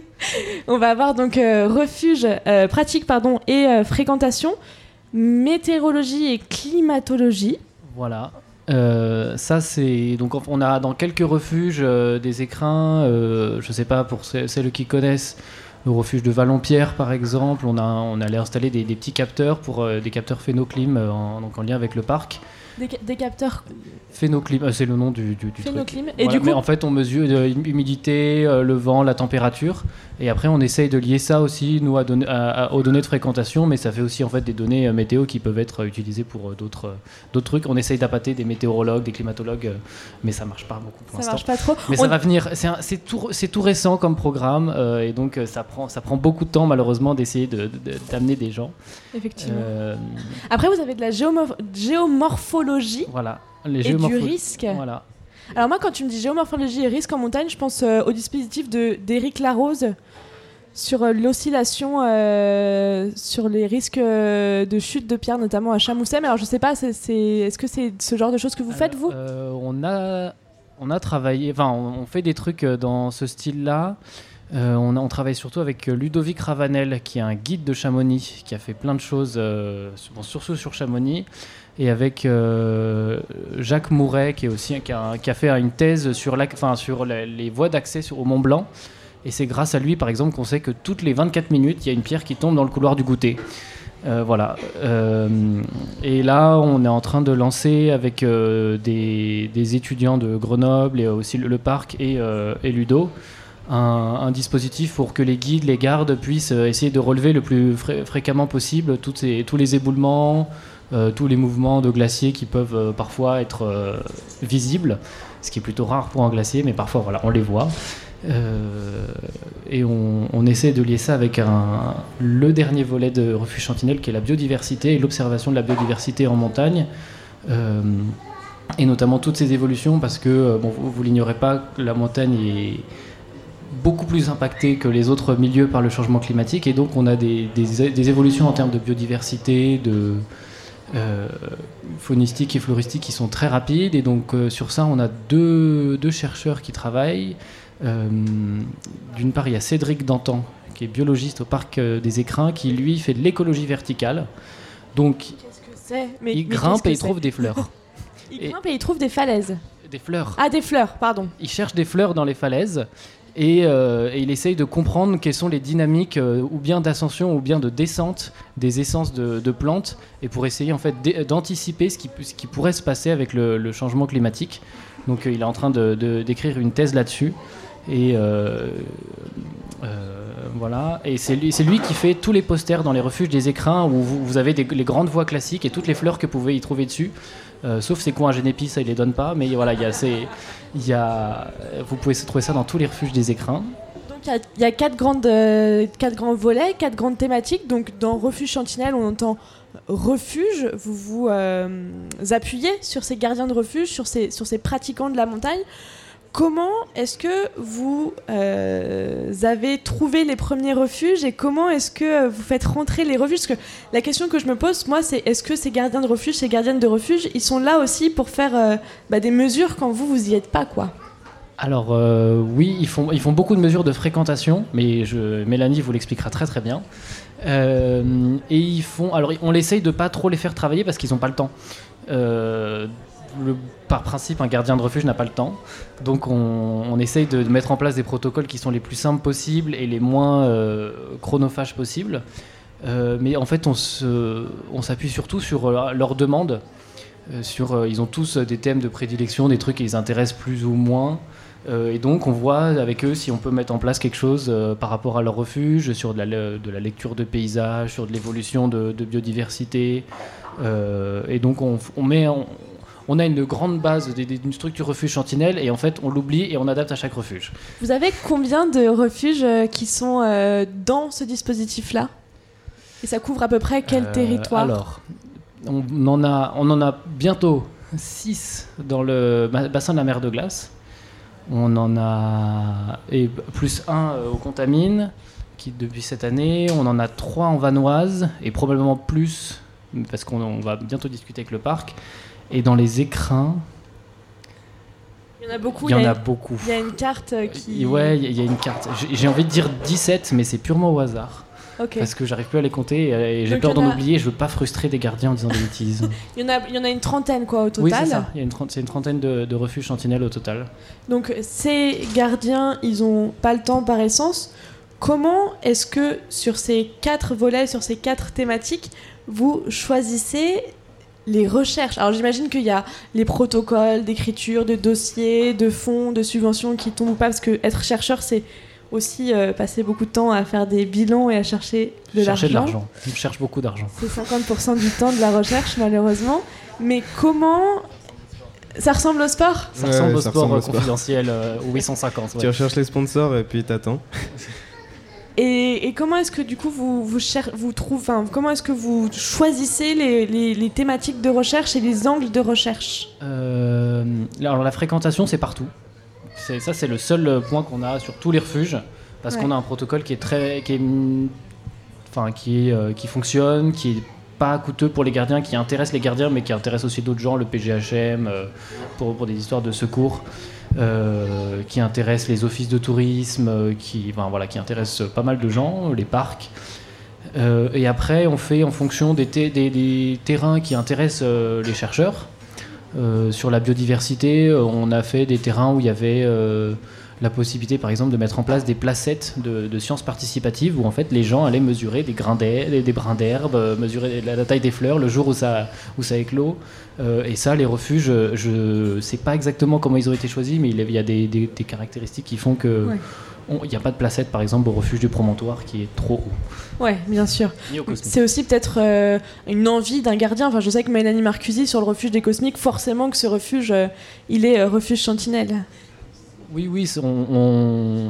On va avoir donc euh, refuge, euh, pratique pardon et euh, fréquentation, météorologie et climatologie. Voilà. Euh, ça c'est donc on a dans quelques refuges euh, des écrins. Euh, je sais pas pour celles, celles qui connaissent. Le refuge de Vallonpierre, par exemple, on, a, on allait installer des, des petits capteurs, pour, euh, des capteurs Phénoclim, euh, en, donc en lien avec le parc. Des, des capteurs Phénoclim, euh, c'est le nom du, du, du Phénoclim. truc. Et Voilà, du coup... Mais en fait, on mesure l'humidité, euh, le vent, la température. Et après, on essaye de lier ça aussi, nous, à donner, à, à, aux données de fréquentation. Mais ça fait aussi en fait, des données euh, météo qui peuvent être euh, utilisées pour euh, d'autres, euh, d'autres trucs. On essaye d'appâter des météorologues, des climatologues, euh, mais ça ne marche pas beaucoup pour ça l'instant. marche pas trop. Mais on... ça va venir. C'est, un, c'est, tout, c'est tout récent comme programme. Euh, et donc, euh, ça, prend, ça prend beaucoup de temps, malheureusement, d'essayer de, de, d'amener des gens. Effectivement. Euh, Après, vous avez de la géomorph- géomorphologie. Voilà. Les et géomorpho- du risque. Voilà. Alors moi, quand tu me dis géomorphologie et risque en montagne, je pense euh, au dispositif de, d'Éric Larose sur euh, l'oscillation, euh, sur les risques euh, de chute de pierre, notamment à Chamousset. Mais alors je sais pas, c'est, c'est, est-ce que c'est ce genre de choses que vous faites, vous ? euh, on, a, on a travaillé, enfin on, on fait des trucs dans ce style-là. Euh, on, on travaille surtout avec Ludovic Ravanel, qui est un guide de Chamonix, qui a fait plein de choses, euh, bon, surtout sur Chamonix. Et avec euh, Jacques Mouret, qui, est aussi, qui, a, qui a fait une thèse sur, la, enfin, sur la, les voies d'accès sur, au Mont Blanc. Et c'est grâce à lui, par exemple, qu'on sait que toutes les vingt-quatre minutes, il y a une pierre qui tombe dans le couloir du goûter. Euh, voilà. Euh, et là, on est en train de lancer avec euh, des, des étudiants de Grenoble et aussi le, le parc et, euh, et Ludo un, un dispositif pour que les guides, les gardes puissent essayer de relever le plus fré- fréquemment possible toutes ces, tous les éboulements, euh, tous les mouvements de glaciers qui peuvent euh, parfois être euh, visibles, ce qui est plutôt rare pour un glacier, mais parfois voilà, on les voit. Euh, et on, on essaie de lier ça avec un, le dernier volet de Refuge Chantinelle qui est la biodiversité et l'observation de la biodiversité en montagne, euh, et notamment toutes ces évolutions parce que bon, vous, vous l'ignorez pas, la montagne est beaucoup plus impactée que les autres milieux par le changement climatique, et donc on a des, des, des évolutions en termes de biodiversité, de euh, faunistique et floristique qui sont très rapides, et donc euh, sur ça on a deux, deux chercheurs qui travaillent. Euh, d'une part, il y a Cédric Dantan, qui est biologiste au parc des Écrins, qui lui fait de l'écologie verticale. Donc, Qu'est-ce que c'est mais, il mais grimpe qu'est-ce que et il c'est trouve des fleurs. Il et- grimpe et il trouve des falaises. Des fleurs. Ah, des fleurs, pardon. Il cherche des fleurs dans les falaises et, euh, et il essaye de comprendre quelles sont les dynamiques euh, ou bien d'ascension ou bien de descente des essences de, de plantes, et pour essayer en fait d'é- d'anticiper ce qui, ce qui pourrait se passer avec le, le changement climatique. Donc, euh, il est en train de, de- d'écrire une thèse là-dessus. Et euh, euh, voilà. Et c'est lui, c'est lui qui fait tous les posters dans les refuges des Écrins où vous, vous avez des, les grandes voies classiques et toutes les fleurs que vous pouvez y trouver dessus. Euh, sauf ces coins à Genépi, ça il les donne pas. Mais voilà, il y a ces, il y a, vous pouvez trouver ça dans tous les refuges des Écrins. Donc il y a- il y, a quatre, grandes, euh, quatre grands volets, quatre grandes thématiques. Donc dans Refuge Chantinelle, on entend refuge. Vous vous euh, appuyez sur ces gardiens de refuge, sur ces, sur ces pratiquants de la montagne. Comment est-ce que vous euh, avez trouvé les premiers refuges et comment est-ce que vous faites rentrer les refuges? Parce que la question que je me pose, moi, c'est est-ce que ces gardiens de refuge, ces gardiennes de refuge, ils sont là aussi pour faire euh, bah, des mesures quand vous, vous y êtes pas, quoi? Alors euh, oui, ils font, ils font beaucoup de mesures de fréquentation, mais je, Mélanie vous l'expliquera très très bien. Euh, et ils font, alors on essaye de pas trop les faire travailler parce qu'ils n'ont pas le temps. Euh, le, par principe, un gardien de refuge n'a pas le temps, donc on, on essaye de mettre en place des protocoles qui sont les plus simples possibles et les moins euh, chronophages possibles. Euh, mais en fait, on, se, on s'appuie surtout sur euh, leurs demandes. Euh, sur, euh, ils ont tous des thèmes de prédilection, des trucs qui les intéressent plus ou moins. Euh, et donc, on voit avec eux si on peut mettre en place quelque chose euh, par rapport à leur refuge, sur de la, de la lecture de paysages, sur de l'évolution de, de biodiversité. Euh, et donc, on, on met... On, on a une grande base d'une structure refuge Chantinelle et en fait on l'oublie et on adapte à chaque refuge. Vous avez combien de refuges euh, qui sont euh, dans ce dispositif-là? Et ça couvre à peu près quel Euh, territoire? Alors, on en a, on en a bientôt six dans le ba- bassin de la mer de Glace. On en a et plus un euh, au Contamine qui depuis cette année. On en a trois en Vanoise et probablement plus parce qu'on on va bientôt discuter avec le parc. Et dans les Écrins, Il y en a beaucoup. il y en il y a a, beaucoup. il y a une carte euh, qui... Ouais, il y a une carte. J'ai- J'ai envie de dire dix-sept, mais c'est purement au hasard. Ok. Parce que j'arrive plus à les compter et, et j'ai Donc, peur il y en d'en a- oublier. Je veux pas frustrer des gardiens en disant des bêtises. Il y, en a, il y en a une trentaine, quoi, au total. Oui, c'est ça. Il y a une trente- c'est une trentaine de, de refuges Chantinelle au total. Donc ces gardiens, ils ont pas le temps par essence. Comment est-ce que sur ces quatre volets, sur ces quatre thématiques, vous choisissez les recherches? Alors j'imagine qu'il y a les protocoles d'écriture, de dossiers, de fonds, de subventions qui tombent ou pas, parce que être chercheur, c'est aussi euh, passer beaucoup de temps à faire des bilans et à chercher de Chercher de l'argent. l'argent. Je cherche beaucoup d'argent. C'est cinquante pour cent du temps de la recherche, malheureusement. Mais comment... Ça ressemble au sport? Ça Ouais, ressemble au ça sport ressemble au euh, sport. confidentiel euh, au huit cent cinquante. Tu Ouais. recherches les sponsors et puis t'attends. Et, et comment est-ce que du coup vous, vous, cher- vous trouvez, enfin, comment est-ce que vous choisissez les, les, les thématiques de recherche et les angles de recherche? Euh, alors la fréquentation, c'est partout. C'est, ça, c'est le seul point qu'on a sur tous les refuges, parce Ouais. qu'on a un protocole qui est très, qui est, enfin, qui est, euh, qui fonctionne, qui est pas coûteux pour les gardiens, qui intéresse les gardiens, mais qui intéresse aussi d'autres gens, le P G H M, euh, pour, pour des histoires de secours, euh, qui intéresse les offices de tourisme, euh, qui, enfin, voilà, qui intéresse pas mal de gens, les parcs. Euh, et après, on fait en fonction des, té- des, des terrains qui intéressent euh, les chercheurs. Euh, sur la biodiversité, euh, on a fait des terrains où il y avait euh, la possibilité par exemple de mettre en place des placettes de, de sciences participatives où en fait les gens allaient mesurer des grains d'herbe, des, des brins d'herbe, euh, mesurer la, la taille des fleurs le jour où ça, où ça éclot. Euh, et ça, les refuges, je ne sais pas exactement comment ils ont été choisis, mais il y a des, des, des caractéristiques qui font que il ouais. n'y a pas de placette par exemple au refuge du Promontoire qui est trop haut. Ouais, bien sûr. C'est aussi peut-être euh, une envie d'un gardien. Enfin, je sais que Mélanie Marcusi sur le refuge des Cosmiques, forcément que ce refuge, euh, il est euh, refuge Chantinelle. Oui, oui, on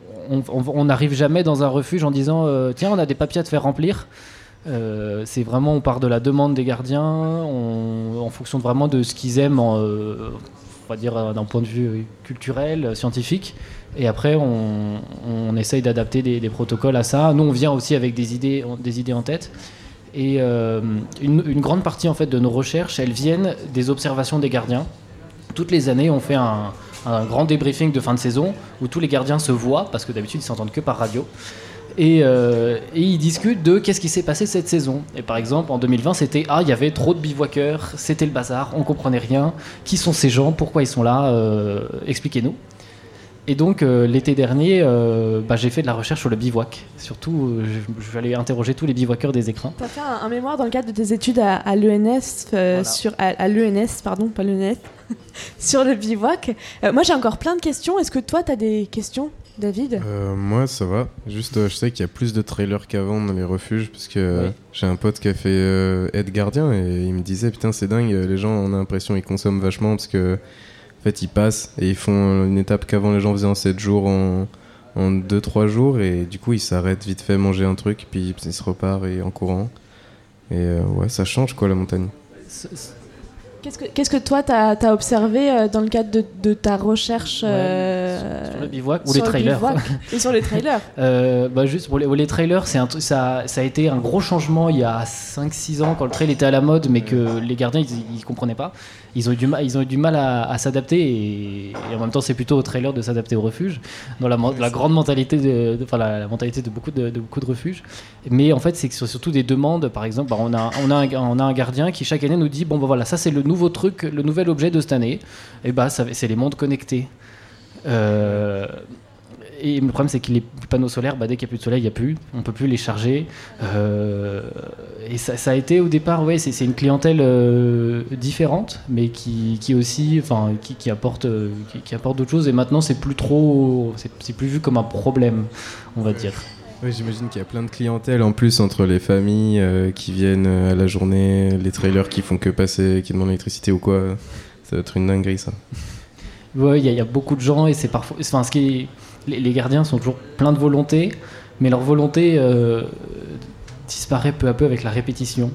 on n'arrive jamais dans un refuge en disant euh, tiens, on a des papiers à te faire remplir. Euh, c'est vraiment, on part de la demande des gardiens, on, en fonction de, vraiment de ce qu'ils aiment, en, euh, on va dire d'un point de vue culturel, scientifique. Et après, on, on essaye d'adapter des, des protocoles à ça. Nous, on vient aussi avec des idées, des idées en tête. Et euh, une, une grande partie en fait de nos recherches, elles viennent des observations des gardiens. Toutes les années, on fait un un grand débriefing de fin de saison où tous les gardiens se voient, parce que d'habitude ils s'entendent que par radio, et, euh, et ils discutent de qu'est-ce qui s'est passé cette saison. Et par exemple en deux mille vingt c'était ah il y avait trop de bivouaqueurs, c'était le bazar, on comprenait rien, qui sont ces gens, pourquoi ils sont là, euh, expliquez-nous. Et donc euh, l'été dernier euh, bah, j'ai fait de la recherche sur le bivouac, surtout euh, je, je vais aller interroger tous les bivouaqueurs des écrins. Tu as fait un, un mémoire dans le cadre de tes études à, à l'E N S euh, voilà. sur à, à l'E N S pardon pas l'E N S sur le bivouac. Euh, moi j'ai encore plein de questions, est-ce que toi tu as des questions, David? euh, Moi ça va, juste euh, je sais qu'il y a plus de trailers qu'avant dans les refuges parce que euh, oui. j'ai un pote qui a fait euh, aide gardien et il me disait putain c'est dingue, les gens on a l'impression ils consomment vachement parce que en fait, ils passent et ils font une étape qu'avant les gens faisaient en sept jours, en, en deux trois jours, et du coup, ils s'arrêtent vite fait manger un truc, puis ils se repartent et en courant. Et euh, ouais, ça change quoi, la montagne. Qu'est-ce que, qu'est-ce que toi, tu as observé euh, dans le cadre de, de ta recherche euh, sur, sur le bivouac ou les trailers et sur les trailers euh, bah Juste pour les, les trailers, c'est un, ça, ça a été un gros changement il y a cinq six ans quand le trail était à la mode, mais que les gardiens, ils ne comprenaient pas. Ils ont eu du mal, ils ont eu du mal à, à s'adapter et, et en même temps c'est plutôt aux trailers de s'adapter au refuge dans la, la grande mentalité de, de, enfin, la, la mentalité de beaucoup de, de beaucoup de refuges. Mais en fait c'est surtout des demandes. Par exemple bah, on, a, on, a un, on a un gardien qui chaque année nous dit bon bah voilà ça c'est le nouveau truc, le nouvel objet de cette année, et bah ça, c'est les montres connectées. Euh, Et le problème, c'est que les panneaux solaires, bah, dès qu'il n'y a plus de soleil, il n'y a plus. On ne peut plus les charger. Euh, et ça, ça a été au départ, ouais, c'est, c'est une clientèle euh, différente, mais qui, qui aussi, enfin, qui, qui apporte, euh, qui, qui apporte d'autres choses. Et maintenant, c'est plus trop, c'est, c'est plus vu comme un problème, on va dire. Oui, j'imagine qu'il y a plein de clientèle en plus entre les familles euh, qui viennent à la journée, les trailers qui font que passer, qui demandent l'électricité ou quoi. Ça va être une dinguerie, ça. Oui, il y, y a beaucoup de gens et c'est parfois, enfin, ce qui est, les, les gardiens sont toujours pleins de volonté, mais leur volonté euh, disparaît peu à peu avec la répétition.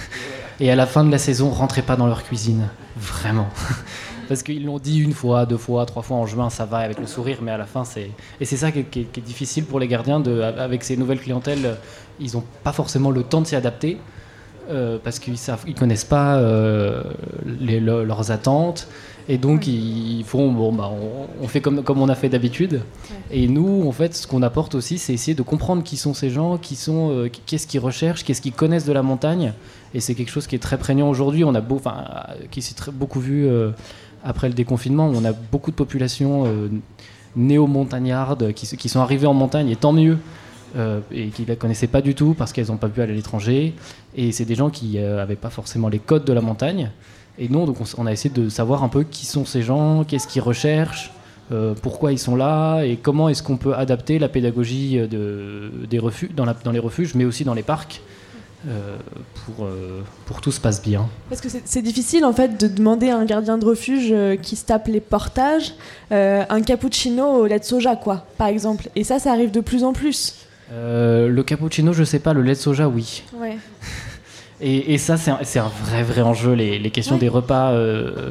Et à la fin de la saison, rentrez pas dans leur cuisine, vraiment. Parce qu'ils l'ont dit une fois, deux fois, trois fois en juin, ça va avec le sourire, mais à la fin, c'est... Et c'est ça qui est, qui est, qui est difficile pour les gardiens, de, avec ces nouvelles clientèles, ils n'ont pas forcément le temps de s'y adapter, euh, parce qu'ils ne connaissent pas euh, les, le, leurs attentes, et donc ils font, bon, bah, on, on fait comme, comme on a fait d'habitude. Ouais. Et nous, en fait, ce qu'on apporte aussi, c'est essayer de comprendre qui sont ces gens, qui sont, euh, qu'est-ce qu'ils recherchent, qu'est-ce qu'ils connaissent de la montagne, et c'est quelque chose qui est très prégnant aujourd'hui, on a beau, enfin, qui s'est très, beaucoup vu... Euh, après le déconfinement, on a beaucoup de populations euh, néo-montagnardes qui, qui sont arrivées en montagne, et tant mieux, euh, et qui ne la connaissaient pas du tout parce qu'elles n'ont pas pu aller à l'étranger. Et c'est des gens qui n'avaient euh, pas forcément les codes de la montagne. Et non, donc on, on a essayé de savoir un peu qui sont ces gens, qu'est-ce qu'ils recherchent, euh, pourquoi ils sont là, et comment est-ce qu'on peut adapter la pédagogie de, des refuges, dans, la, dans les refuges, mais aussi dans les parcs. Euh, pour, euh, pour que tout se passe bien. Parce que c'est, c'est difficile en fait de demander à un gardien de refuge euh, qui se tape les portages euh, un cappuccino au lait de soja, quoi, par exemple. Et ça, ça arrive de plus en plus. Euh, le cappuccino, je sais pas, le lait de soja, oui. Ouais. Et, et ça, c'est un, c'est un vrai, vrai enjeu, les, les questions ouais. des repas... Euh,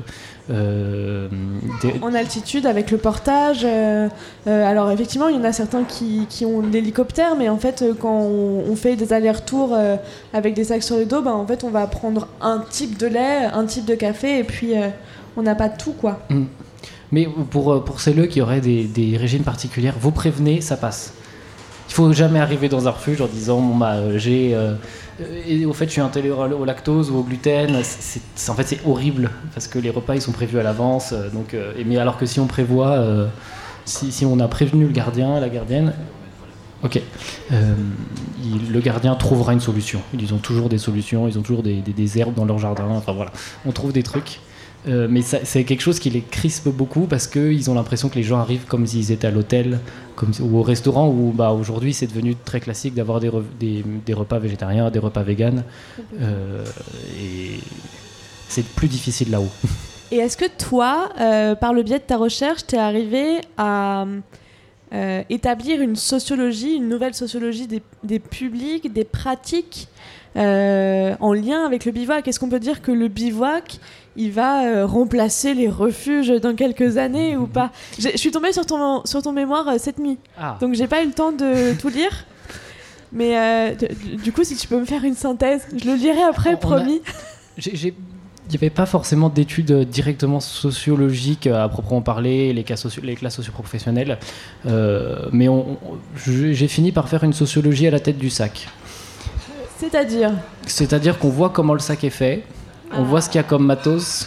Euh, des... en altitude avec le portage euh, euh, alors effectivement il y en a certains qui, qui ont l'hélicoptère, mais en fait euh, quand on, on fait des allers-retours euh, avec des sacs sur le dos, bah, en fait on va prendre un type de lait, un type de café, et puis euh, on n'a pas tout, quoi. Mmh. Mais pour, pour celles qui auraient des, des régimes particuliers, vous prévenez, ça passe. Il faut jamais arriver dans un refuge en disant bon, bah, j'ai euh, et au fait je suis intolérant au lactose ou au gluten. C'est, c'est, en fait c'est horrible parce que les repas ils sont prévus à l'avance, donc, euh, mais alors que si on prévoit, euh, si, si on a prévenu le gardien, la gardienne, ok, euh, il, le gardien trouvera une solution. Ils ont toujours des solutions, ils ont toujours des, des, des herbes dans leur jardin, enfin voilà, on trouve des trucs. Euh, mais ça, c'est quelque chose qui les crispe beaucoup parce qu'ils ont l'impression que les gens arrivent comme s'ils étaient à l'hôtel comme, ou au restaurant où bah, aujourd'hui c'est devenu très classique d'avoir des, re, des, des repas végétariens, des repas véganes. Euh, et c'est plus difficile là-haut. Et est-ce que toi, euh, par le biais de ta recherche, t'es arrivé à euh, établir une sociologie, une nouvelle sociologie des, des publics, des pratiques euh, en lien avec le bivouac? Est-ce qu'on peut dire que le bivouac il va euh, remplacer les refuges dans quelques années ou pas? Je suis tombée sur ton, sur ton mémoire euh, cette nuit, ah. donc j'ai pas eu le temps de tout lire. Mais euh, de, du coup, si tu peux me faire une synthèse, je le lirai après, on, promis. On a... j'ai, j'ai... Il n'y avait pas forcément d'études directement sociologiques à proprement parler, les, cas socio- les classes socioprofessionnelles, euh, mais on, on, j'ai fini par faire une sociologie à la tête du sac. C'est-à-dire ? C'est-à-dire qu'on voit comment le sac est fait, on ah. voit ce qu'il y a comme matos,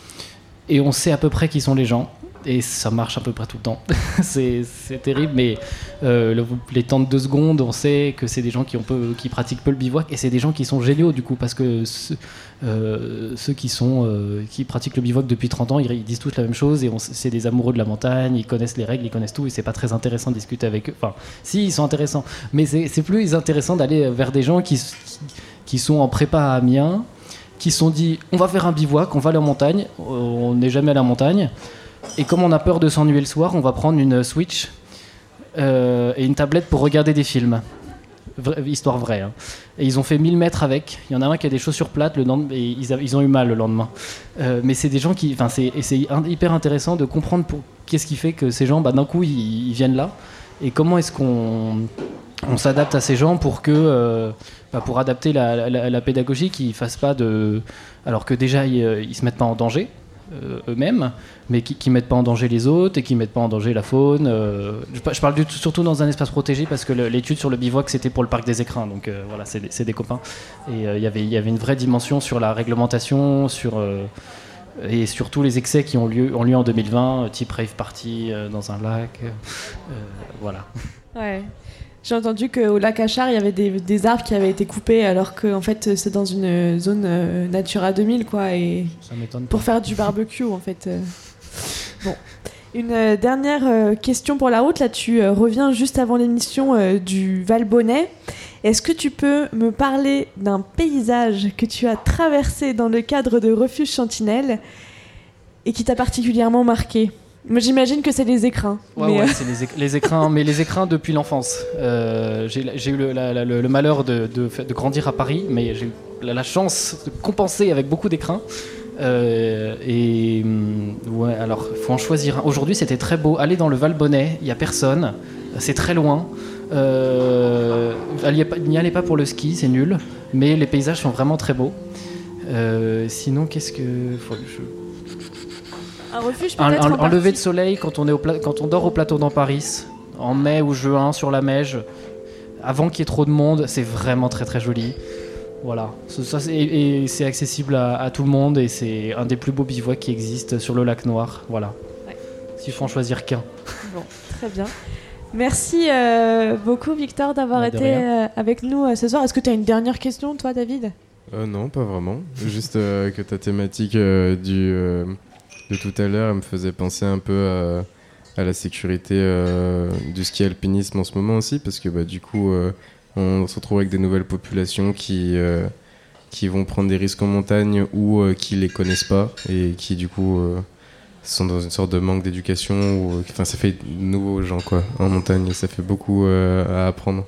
et on sait à peu près qui sont les gens. Et ça marche à peu près tout le temps. c'est, c'est terrible, mais euh, le, les temps de deux secondes, on sait que c'est des gens qui, ont peu, qui pratiquent peu le bivouac, et c'est des gens qui sont géniaux du coup, parce que ce, euh, ceux qui, sont, euh, qui pratiquent le bivouac depuis trente ans, ils, ils disent tous la même chose, et on, c'est des amoureux de la montagne, ils connaissent les règles, ils connaissent tout, et c'est pas très intéressant de discuter avec eux. Enfin, si, ils sont intéressants, mais c'est, c'est plus intéressant d'aller vers des gens qui, qui, qui sont en prépa à Amiens, qui se sont dit, on va faire un bivouac, on va aller en montagne, on n'est jamais allé à la montagne. Et comme on a peur de s'ennuyer le soir, on va prendre une Switch euh, et une tablette pour regarder des films. Vra- histoire vraie. Hein. Et ils ont fait mille mètres avec. Il y en a un qui a des chaussures plates le lendemain, et ils, a, ils ont eu mal le lendemain. Euh, mais c'est des gens qui. Enfin, c'est, c'est hyper intéressant de comprendre pour, qu'est-ce qui fait que ces gens, bah, d'un coup, ils, ils viennent là. Et comment est-ce qu'on on s'adapte à ces gens pour que. Euh, bah, pour adapter la, la, la pédagogie, qu'ils fassent pas de. Alors que déjà, ils, ils se mettent pas en danger. Euh, eux-mêmes, mais qui ne mettent pas en danger les autres et qui ne mettent pas en danger la faune. Euh, je, je parle du, surtout dans un espace protégé parce que le, l'étude sur le bivouac, c'était pour le parc des Écrins, donc euh, voilà, c'est, c'est des copains. Et euh, y avait, y avait une vraie dimension sur la réglementation, sur, euh, et sur tous les excès qui ont lieu, ont lieu en deux mille vingt, type rave party euh, dans un lac. Euh, voilà. Ouais. J'ai entendu qu'au lac Achard, il y avait des, des arbres qui avaient été coupés alors que en fait, c'est dans une zone euh, Natura deux mille, quoi, et ça m'étonne pour pas. faire du barbecue, en fait. Euh. Bon. Une euh, dernière euh, question pour la route. Là, tu euh, reviens juste avant l'émission euh, du Valbonnet. Est-ce que tu peux me parler d'un paysage que tu as traversé dans le cadre de Refuge Chantinelle et qui t'a particulièrement marqué ? Moi, j'imagine que c'est les écrins. Ouais, mais ouais, euh... c'est les, éc- les écrins, mais les écrins depuis l'enfance. Euh, j'ai, j'ai eu le, la, la, le, le malheur de, de, de grandir à Paris, mais j'ai eu la, la chance de compenser avec beaucoup d'écrins. Euh, et ouais, alors, faut en choisir un. Aujourd'hui, c'était très beau. Aller dans le Valbonnet, il y a personne. C'est très loin. Euh, n'y allez pas pour le ski, c'est nul. Mais les paysages sont vraiment très beaux. Euh, sinon, qu'est-ce que faut que je... Un refuge un, peut-être un, en un lever de soleil quand on, est au pla- quand on dort au plateau d'Amparis, en mai ou juin sur la Meije, avant qu'il y ait trop de monde, c'est vraiment très très joli. Voilà, ça, ça, c'est, et, et c'est accessible à, à tout le monde et c'est un des plus beaux bivouacs qui existent sur le lac Noir. Voilà, ouais. S'il faut en choisir qu'un. Bon, très bien. Merci euh, beaucoup Victor d'avoir bah, été euh, avec nous euh, ce soir. Est-ce que tu as une dernière question, toi, David ? euh, Non, pas vraiment. Juste euh, que ta thématique euh, du... Euh... de tout à l'heure, elle me faisait penser un peu à, à la sécurité euh, du ski alpinisme en ce moment aussi, parce que bah, du coup, euh, on se retrouve avec des nouvelles populations qui, euh, qui vont prendre des risques en montagne ou euh, qui les connaissent pas et qui du coup euh, sont dans une sorte de manque d'éducation. Ou, enfin, ça fait de nouveaux gens quoi, en montagne et ça fait beaucoup euh, à apprendre.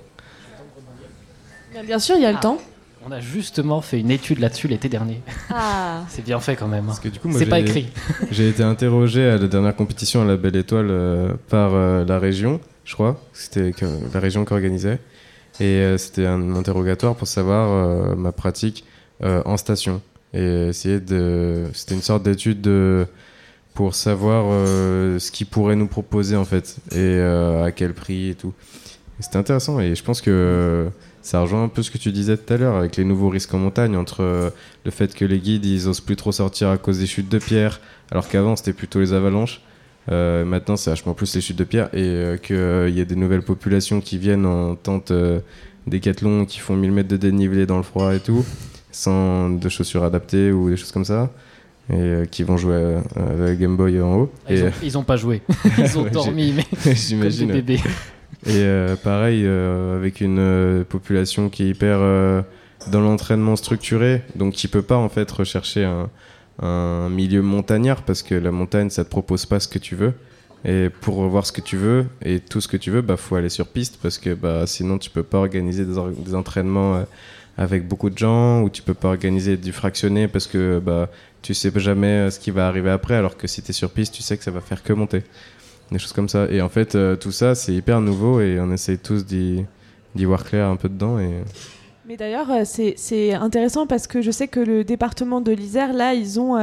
Bien sûr, il y a le ah. temps. On a justement fait une étude là-dessus l'été dernier. Ah. C'est bien fait quand même. Parce que du coup, moi, c'est j'ai, pas écrit. J'ai été interrogé à la dernière compétition à la Belle Étoile euh, par euh, la région, je crois. C'était que, la région qui organisait. Et euh, c'était un interrogatoire pour savoir euh, ma pratique euh, en station. Et essayer de... C'était une sorte d'étude de... pour savoir euh, ce qu'ils pourraient nous proposer en fait. Et euh, à quel prix et tout. Et c'était intéressant et je pense que... Euh, ça rejoint un peu ce que tu disais tout à l'heure avec les nouveaux risques en montagne, entre euh, le fait que les guides ils osent plus trop sortir à cause des chutes de pierres, alors qu'avant c'était plutôt les avalanches. Euh, maintenant, c'est vachement plus les chutes de pierre et euh, qu'il euh, y a des nouvelles populations qui viennent en tente euh, décathlon qui font mille mètres de dénivelé dans le froid et tout, sans de chaussures adaptées ou des choses comme ça, et euh, qui vont jouer euh, avec Game Boy en haut. Ils, et, ont, ils ont pas joué, ils ont ouais, dormi, mais j'imagine. comme des bébés. Et euh, pareil, euh, avec une euh, population qui est hyper euh, dans l'entraînement structuré, donc qui peut pas en fait rechercher un un milieu montagnard parce que la montagne ça te propose pas ce que tu veux et pour voir ce que tu veux et tout ce que tu veux bah faut aller sur piste parce que bah sinon tu peux pas organiser des, or- des entraînements euh, avec beaucoup de gens ou tu peux pas organiser du fractionné parce que bah tu sais jamais ce qui va arriver après alors que si t'es sur piste tu sais que ça va faire que monter, des choses comme ça et en fait euh, tout ça c'est hyper nouveau et on essaye tous d'y, d'y voir clair un peu dedans et Mais d'ailleurs, c'est, c'est intéressant parce que je sais que le département de l'Isère, là, ils ont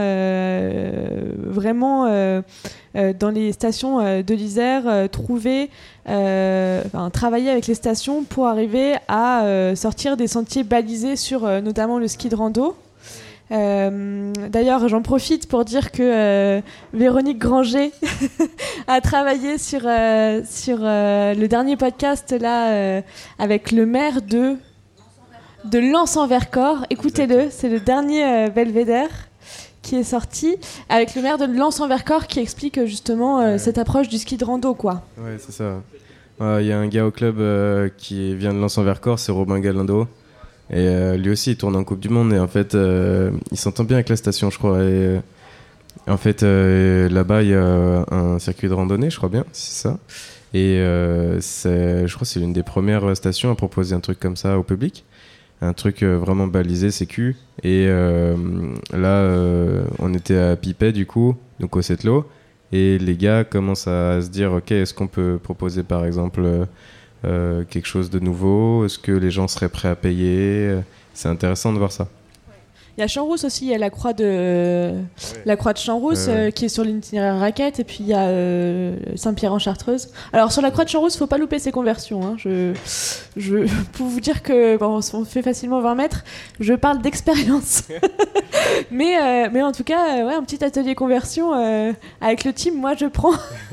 euh, vraiment, euh, euh, dans les stations euh, de l'Isère, euh, trouvé, euh, enfin, travaillé avec les stations pour arriver à euh, sortir des sentiers balisés sur euh, notamment le ski de rando. Euh, d'ailleurs, j'en profite pour dire que euh, Véronique Granger a travaillé sur, euh, sur euh, le dernier podcast là, euh, avec le maire de... de Lens-en-Vercors. Écoutez-le, c'est le dernier euh, Belvédère qui est sorti avec le maire de Lens-en-Vercors qui explique euh, justement euh, ouais. cette approche du ski de rando, quoi. Ouais, c'est ça. Il euh, y a un gars au club euh, qui vient de Lens-en-Vercors, c'est Robin Galindo. Et euh, lui aussi, il tourne en Coupe du Monde. Et en fait, euh, il s'entend bien avec la station, je crois. Et euh, en fait, euh, là-bas, il y a un circuit de randonnée, je crois bien, c'est ça. Et euh, c'est, je crois que c'est l'une des premières stations à proposer un truc comme ça au public. Un truc euh, vraiment balisé, sécu. Et euh, là, euh, on était à Pipet, du coup, donc au Setlo. Et les gars commencent à se dire, ok, est-ce qu'on peut proposer, par exemple, euh, quelque chose de nouveau ? Est-ce que les gens seraient prêts à payer ? C'est intéressant de voir ça. Il y a Champs-Rousse aussi, il y a la croix de, ouais. la croix de Champs-Rousse ouais, ouais. euh, qui est sur l'itinéraire raquette, et puis il y a euh, Saint-Pierre-en-Chartreuse. Alors sur la croix de Champs-Rousse, faut pas louper ses conversions. Hein. Je, je peux vous dire que bon, on fait facilement vingt mètres. Je parle d'expérience, mais mais euh, en tout cas, euh, ouais, un petit atelier conversion euh, avec le team, moi je prends.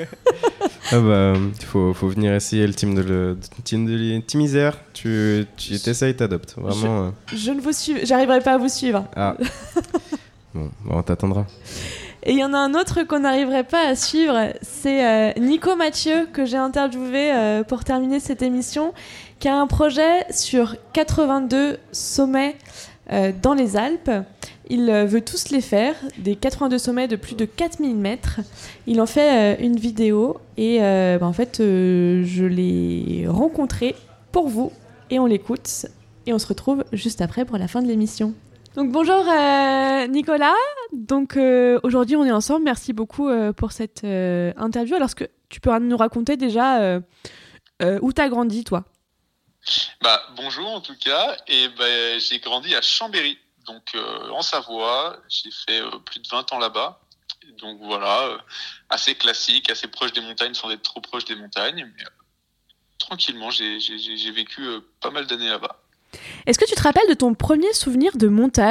Ah bah, faut faut venir essayer le team de le team de team Isère. Tu tu t'essayes, t'adoptes vraiment. Je, euh... je ne vous suis, j'arriverai pas à vous suivre. Ah. Bon, on t'attendra. Et il y en a un autre qu'on n'arriverait pas à suivre, c'est euh, Nico Mathieu, que j'ai interviewé euh, pour terminer cette émission, qui a un projet sur quatre-vingt-deux sommets euh, dans les Alpes. Il euh, veut tous les faire, des quatre-vingt-deux sommets de plus de quatre mille mètres. Il en fait euh, une vidéo et euh, bah, en fait, euh, je l'ai rencontré pour vous et on l'écoute. Et on se retrouve juste après pour la fin de l'émission. Donc bonjour euh, Nicolas, donc euh, aujourd'hui on est ensemble, merci beaucoup euh, pour cette euh, interview. Alors est-ce que tu peux nous raconter déjà euh, euh, où t'as grandi toi ? Bah bonjour en tout cas, et bah, j'ai grandi à Chambéry, donc euh, en Savoie, j'ai fait euh, plus de vingt ans là-bas, donc voilà, euh, assez classique, assez proche des montagnes sans être trop proche des montagnes, mais euh, tranquillement j'ai, j'ai, j'ai vécu euh, pas mal d'années là-bas. Est-ce que tu te rappelles de ton premier souvenir de montagne ?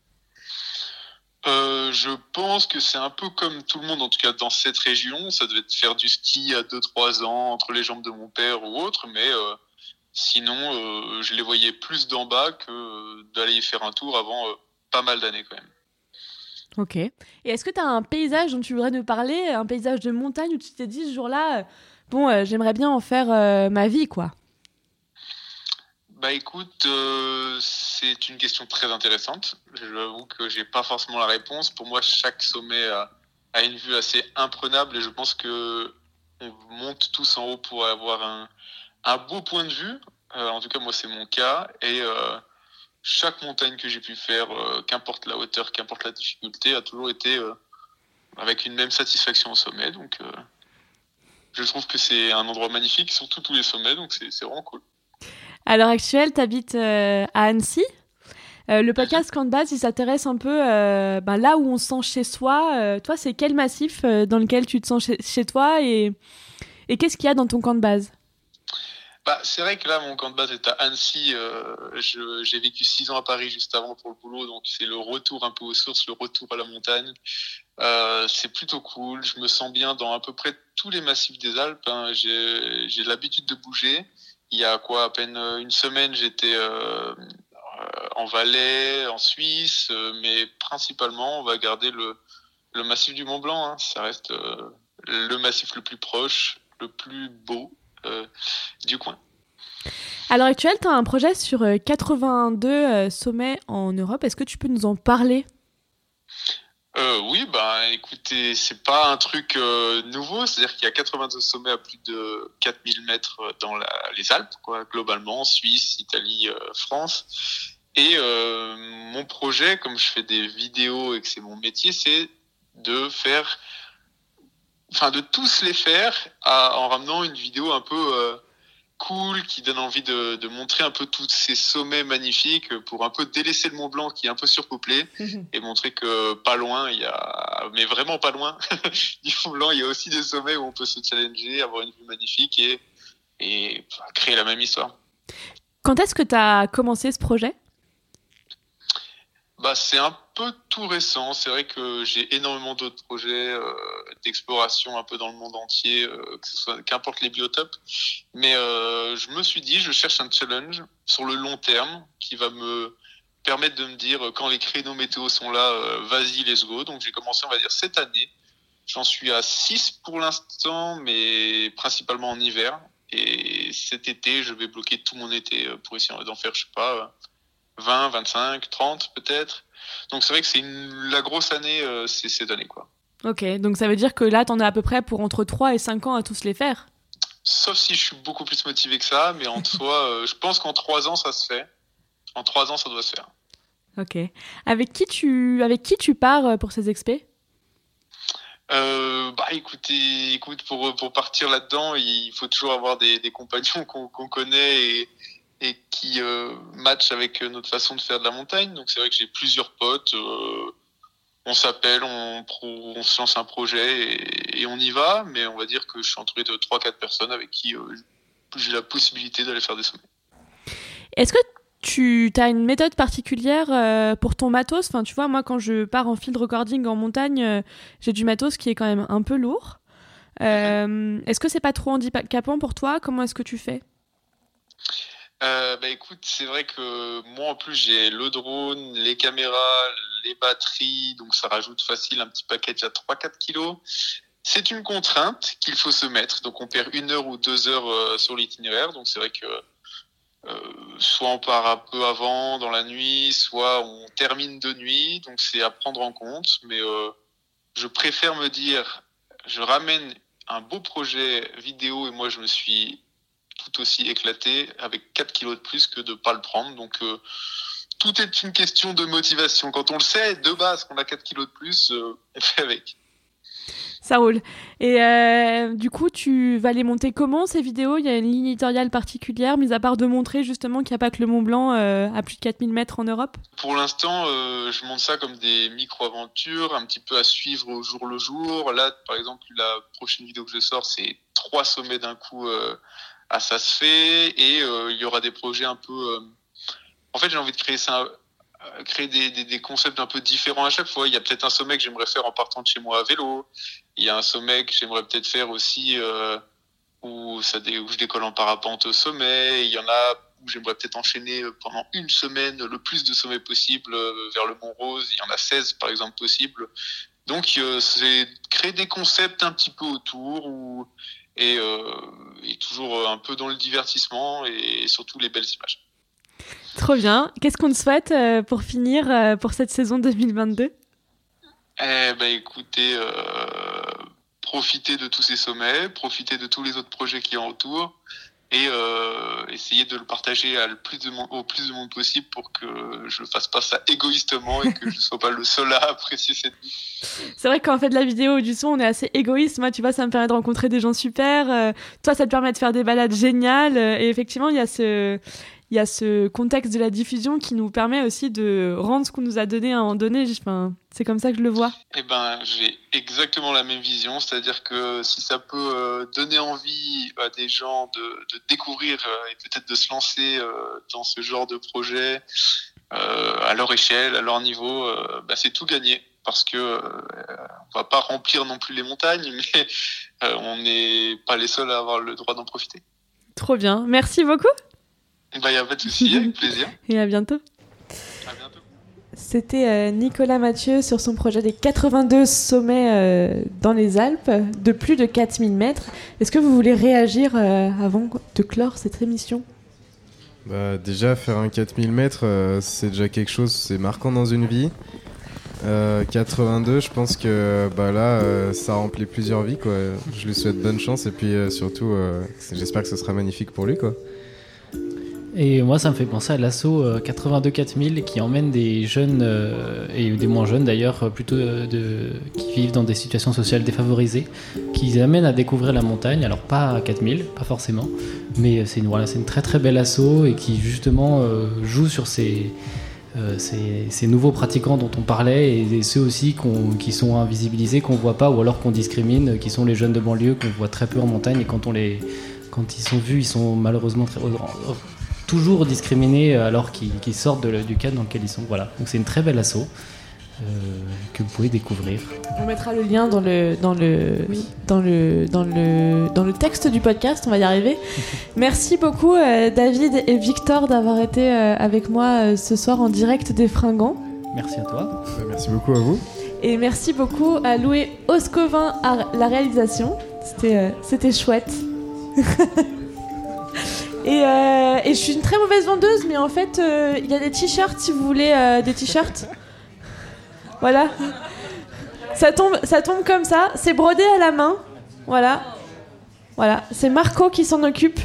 euh, Je pense que c'est un peu comme tout le monde, en tout cas dans cette région. Ça devait être faire du ski à deux trois ans, entre les jambes de mon père ou autre, mais euh, sinon, euh, je les voyais plus d'en bas que euh, d'aller y faire un tour avant euh, pas mal d'années quand même. Ok. Et est-ce que tu as un paysage dont tu voudrais nous parler, un paysage de montagne où tu t'es dit ce jour-là, euh, bon, euh, j'aimerais bien en faire euh, ma vie, quoi ? Bah écoute, euh, c'est une question très intéressante. Je l'avoue que j'ai pas forcément la réponse. Pour moi, chaque sommet a, a une vue assez imprenable et je pense que on monte tous en haut pour avoir un, un beau point de vue. Euh, en tout cas, moi, c'est mon cas. Et euh, chaque montagne que j'ai pu faire, euh, qu'importe la hauteur, qu'importe la difficulté, a toujours été euh, avec une même satisfaction au sommet. Donc, euh, je trouve que c'est un endroit magnifique, surtout tous les sommets. Donc, c'est, c'est vraiment cool. À l'heure actuelle, tu habites euh, à Annecy. Euh, le podcast Camp de Base, il s'intéresse un peu euh, ben, là où on se sent chez soi. Euh, toi, c'est quel massif euh, dans lequel tu te sens chez, chez toi et, et qu'est-ce qu'il y a dans ton camp de base ? Bah, c'est vrai que là, mon camp de base est à Annecy. Euh, je, j'ai vécu six ans à Paris juste avant pour le boulot, donc c'est le retour un peu aux sources, le retour à la montagne. Euh, c'est plutôt cool. Je me sens bien dans à peu près tous les massifs des Alpes. Hein. J'ai, j'ai l'habitude de bouger. Il y a quoi, à peine une semaine, j'étais euh, en Valais, en Suisse, euh, mais principalement, on va garder le, le massif du Mont Blanc. Hein. Ça reste euh, le massif le plus proche, le plus beau. Euh, du coin. À l'heure actuelle, tu as un projet sur euh, quatre-vingt-deux euh, sommets en Europe. Est-ce que tu peux nous en parler ? euh, Oui, bah, écoutez, c'est pas un truc euh, nouveau. C'est-à-dire qu'il y a quatre-vingt-deux sommets à plus de quatre mille mètres dans la, les Alpes, quoi, globalement, Suisse, Italie, euh, France. Et euh, mon projet, comme je fais des vidéos et que c'est mon métier, c'est de faire... Enfin, de tous les faire à, en ramenant une vidéo un peu euh, cool qui donne envie de, de montrer un peu tous ces sommets magnifiques pour un peu délaisser le Mont Blanc qui est un peu surpeuplé et montrer que pas loin, il y a, mais vraiment pas loin du Mont Blanc, il y a aussi des sommets où on peut se challenger, avoir une vue magnifique et, et enfin, créer la même histoire. Quand est-ce que tu as commencé ce projet ? Bah, c'est un peu tout récent. C'est vrai que j'ai énormément d'autres projets euh, d'exploration un peu dans le monde entier, euh, que ce soit, qu'importe les biotopes. Mais euh, je me suis dit, je cherche un challenge sur le long terme qui va me permettre de me dire, quand les créneaux météo sont là, euh, vas-y, let's go. Donc j'ai commencé, on va dire, cette année. J'en suis à six pour l'instant, mais principalement en hiver. Et cet été, je vais bloquer tout mon été pour essayer d'en faire, je sais pas... vingt, vingt-cinq, trente peut-être. Donc c'est vrai que c'est une, la grosse année, euh, c'est cette année, quoi. Ok, donc ça veut dire que là, t'en as à peu près pour entre trois et cinq ans à tous les faire ? Sauf si je suis beaucoup plus motivé que ça, mais en soi, euh, je pense qu'en trois ans, ça se fait. En trois ans, ça doit se faire. Ok. Avec qui tu, avec qui tu pars pour ces expés ? Euh, bah écoutez, écoute, pour, pour partir là-dedans, il faut toujours avoir des, des compagnons qu'on, qu'on connaît et et qui euh, match avec notre façon de faire de la montagne. Donc c'est vrai que j'ai plusieurs potes, euh, on s'appelle, on, pro, on se lance un projet et, et on y va, mais on va dire que je suis entouré de trois quatre personnes avec qui euh, j'ai la possibilité d'aller faire des sommets. Est-ce que tu as une méthode particulière euh, pour ton matos ? Enfin, tu vois, moi quand je pars en field recording en montagne, euh, j'ai du matos qui est quand même un peu lourd. Euh, mmh. Est-ce que c'est pas trop handicapant pour toi ? Comment est-ce que tu fais ? Euh, bah écoute, c'est vrai que moi en plus j'ai le drone, les caméras, les batteries, donc ça rajoute facile un petit package à trois quatre kilos. C'est une contrainte qu'il faut se mettre, donc on perd une heure ou deux heures euh, sur l'itinéraire, donc c'est vrai que euh, soit on part un peu avant dans la nuit, soit on termine de nuit, donc c'est à prendre en compte, mais euh, je préfère me dire, je ramène un beau projet vidéo et moi je me suis tout aussi éclaté avec quatre kilos de plus que de ne pas le prendre. Donc, euh, tout est une question de motivation. Quand on le sait, de base, qu'on a quatre kilos de plus, euh, on fait avec. Ça roule. Et euh, du coup, tu vas les monter comment, ces vidéos ? Il y a une ligne éditoriale particulière, mis à part de montrer justement qu'il n'y a pas que le Mont Blanc euh, à plus de quatre mille mètres en Europe ? Pour l'instant, euh, je monte ça comme des micro-aventures, un petit peu à suivre au jour le jour. Là, par exemple, la prochaine vidéo que je sors, c'est trois sommets d'un coup euh, à ça se fait. Et euh, il y aura des projets un peu... Euh... En fait, j'ai envie de créer ça... créer des, des, des concepts un peu différents à chaque fois. Il y a peut-être un sommet que j'aimerais faire en partant de chez moi à vélo. Il y a un sommet que j'aimerais peut-être faire aussi euh, où, ça dé, où je décolle en parapente au sommet. Il y en a où j'aimerais peut-être enchaîner pendant une semaine le plus de sommets possible vers le Mont Rose. Il y en a seize par exemple possible. Donc euh, c'est créer des concepts un petit peu autour où, et, euh, et toujours un peu dans le divertissement et surtout les belles images. Trop bien. Qu'est-ce qu'on te souhaite euh, pour finir euh, pour cette saison deux mille vingt-deux ? Eh ben, écoutez, euh, profitez de tous ces sommets, profitez de tous les autres projets qui sont autour et euh, essayez de le partager à le plus de monde, au plus de monde possible pour que je ne fasse pas ça égoïstement et que je ne sois pas le seul à apprécier cette vie. C'est vrai que quand on fait de la vidéo ou du son, on est assez égoïste. Moi, tu vois, ça me permet de rencontrer des gens super. Euh, toi, ça te permet de faire des balades géniales. Euh, et effectivement, il y a ce... il y a ce contexte de la diffusion qui nous permet aussi de rendre ce qu'on nous a donné à un moment donné. Enfin, c'est comme ça que je le vois. Eh ben, j'ai exactement la même vision, c'est-à-dire que si ça peut euh, donner envie à des gens de, de découvrir euh, et peut-être de se lancer euh, dans ce genre de projet euh, à leur échelle, à leur niveau, euh, bah, c'est tout gagné. Parce que euh, on va pas remplir non plus les montagnes, mais euh, on n'est pas les seuls à avoir le droit d'en profiter. Trop bien, merci beaucoup. Bah, y a pas de souci, avec plaisir. Et à bientôt. À bientôt. C'était euh, Nicolas Mathieu sur son projet des quatre-vingt-deux sommets euh, dans les Alpes de plus de quatre mille mètres. Est-ce que vous voulez réagir euh, avant de clore cette émission ? Bah, déjà, faire un quatre mille mètres, euh, c'est déjà quelque chose, c'est marquant dans une vie. Euh, quatre-vingt-deux, je pense que bah, là, euh, ça remplit plusieurs vies, quoi. Je lui souhaite bonne chance et puis euh, surtout, euh, j'espère que ce sera magnifique pour lui, quoi. Et moi, ça me fait penser à l'assaut euh, quatre-vingt-deux quatre mille qui emmène des jeunes, euh, et des moins jeunes d'ailleurs, plutôt euh, de, qui vivent dans des situations sociales défavorisées, qui les amènent à découvrir la montagne. Alors pas à quatre mille, pas forcément, mais c'est une, voilà, c'est une très très belle asso et qui justement euh, joue sur ces, euh, ces, ces nouveaux pratiquants dont on parlait et, et ceux aussi qu'on, qui sont invisibilisés, qu'on voit pas ou alors qu'on discrimine, qui sont les jeunes de banlieue qu'on voit très peu en montagne et quand, on les, quand ils sont vus, ils sont malheureusement très... toujours discriminés alors qu'ils, qu'ils sortent de, du cadre dans lequel ils sont. Voilà. Donc c'est une très belle asso euh, que vous pouvez découvrir. On mettra le lien dans le, dans le, oui. dans le, dans le, dans le texte du podcast, on va y arriver. Merci beaucoup euh, David et Victor d'avoir été euh, avec moi euh, ce soir en direct des Fringants. Merci à toi. Bah, merci beaucoup à vous. Et merci beaucoup à Loué Oscovin à la réalisation. C'était, euh, c'était chouette. Et, euh, et je suis une très mauvaise vendeuse, mais en fait, il euh, y a des t-shirts si vous voulez euh, des t-shirts. Voilà. Ça tombe, ça tombe comme ça. C'est brodé à la main. Voilà. Voilà. C'est Marco qui s'en occupe.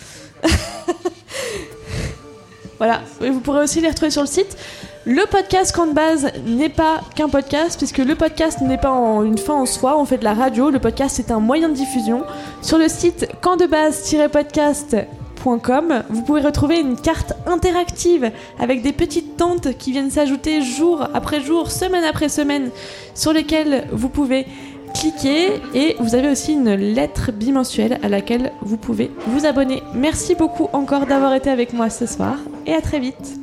Voilà. Et vous pourrez aussi les retrouver sur le site. Le podcast Camp de Base n'est pas qu'un podcast, puisque le podcast n'est pas en, une fin en soi. On fait de la radio. Le podcast, c'est un moyen de diffusion. Sur le site camp de base tiret podcast point com, vous pouvez retrouver une carte interactive avec des petites tentes qui viennent s'ajouter jour après jour, semaine après semaine, sur lesquelles vous pouvez cliquer, et vous avez aussi une lettre bimensuelle à laquelle vous pouvez vous abonner. Merci beaucoup encore d'avoir été avec moi ce soir et à très vite.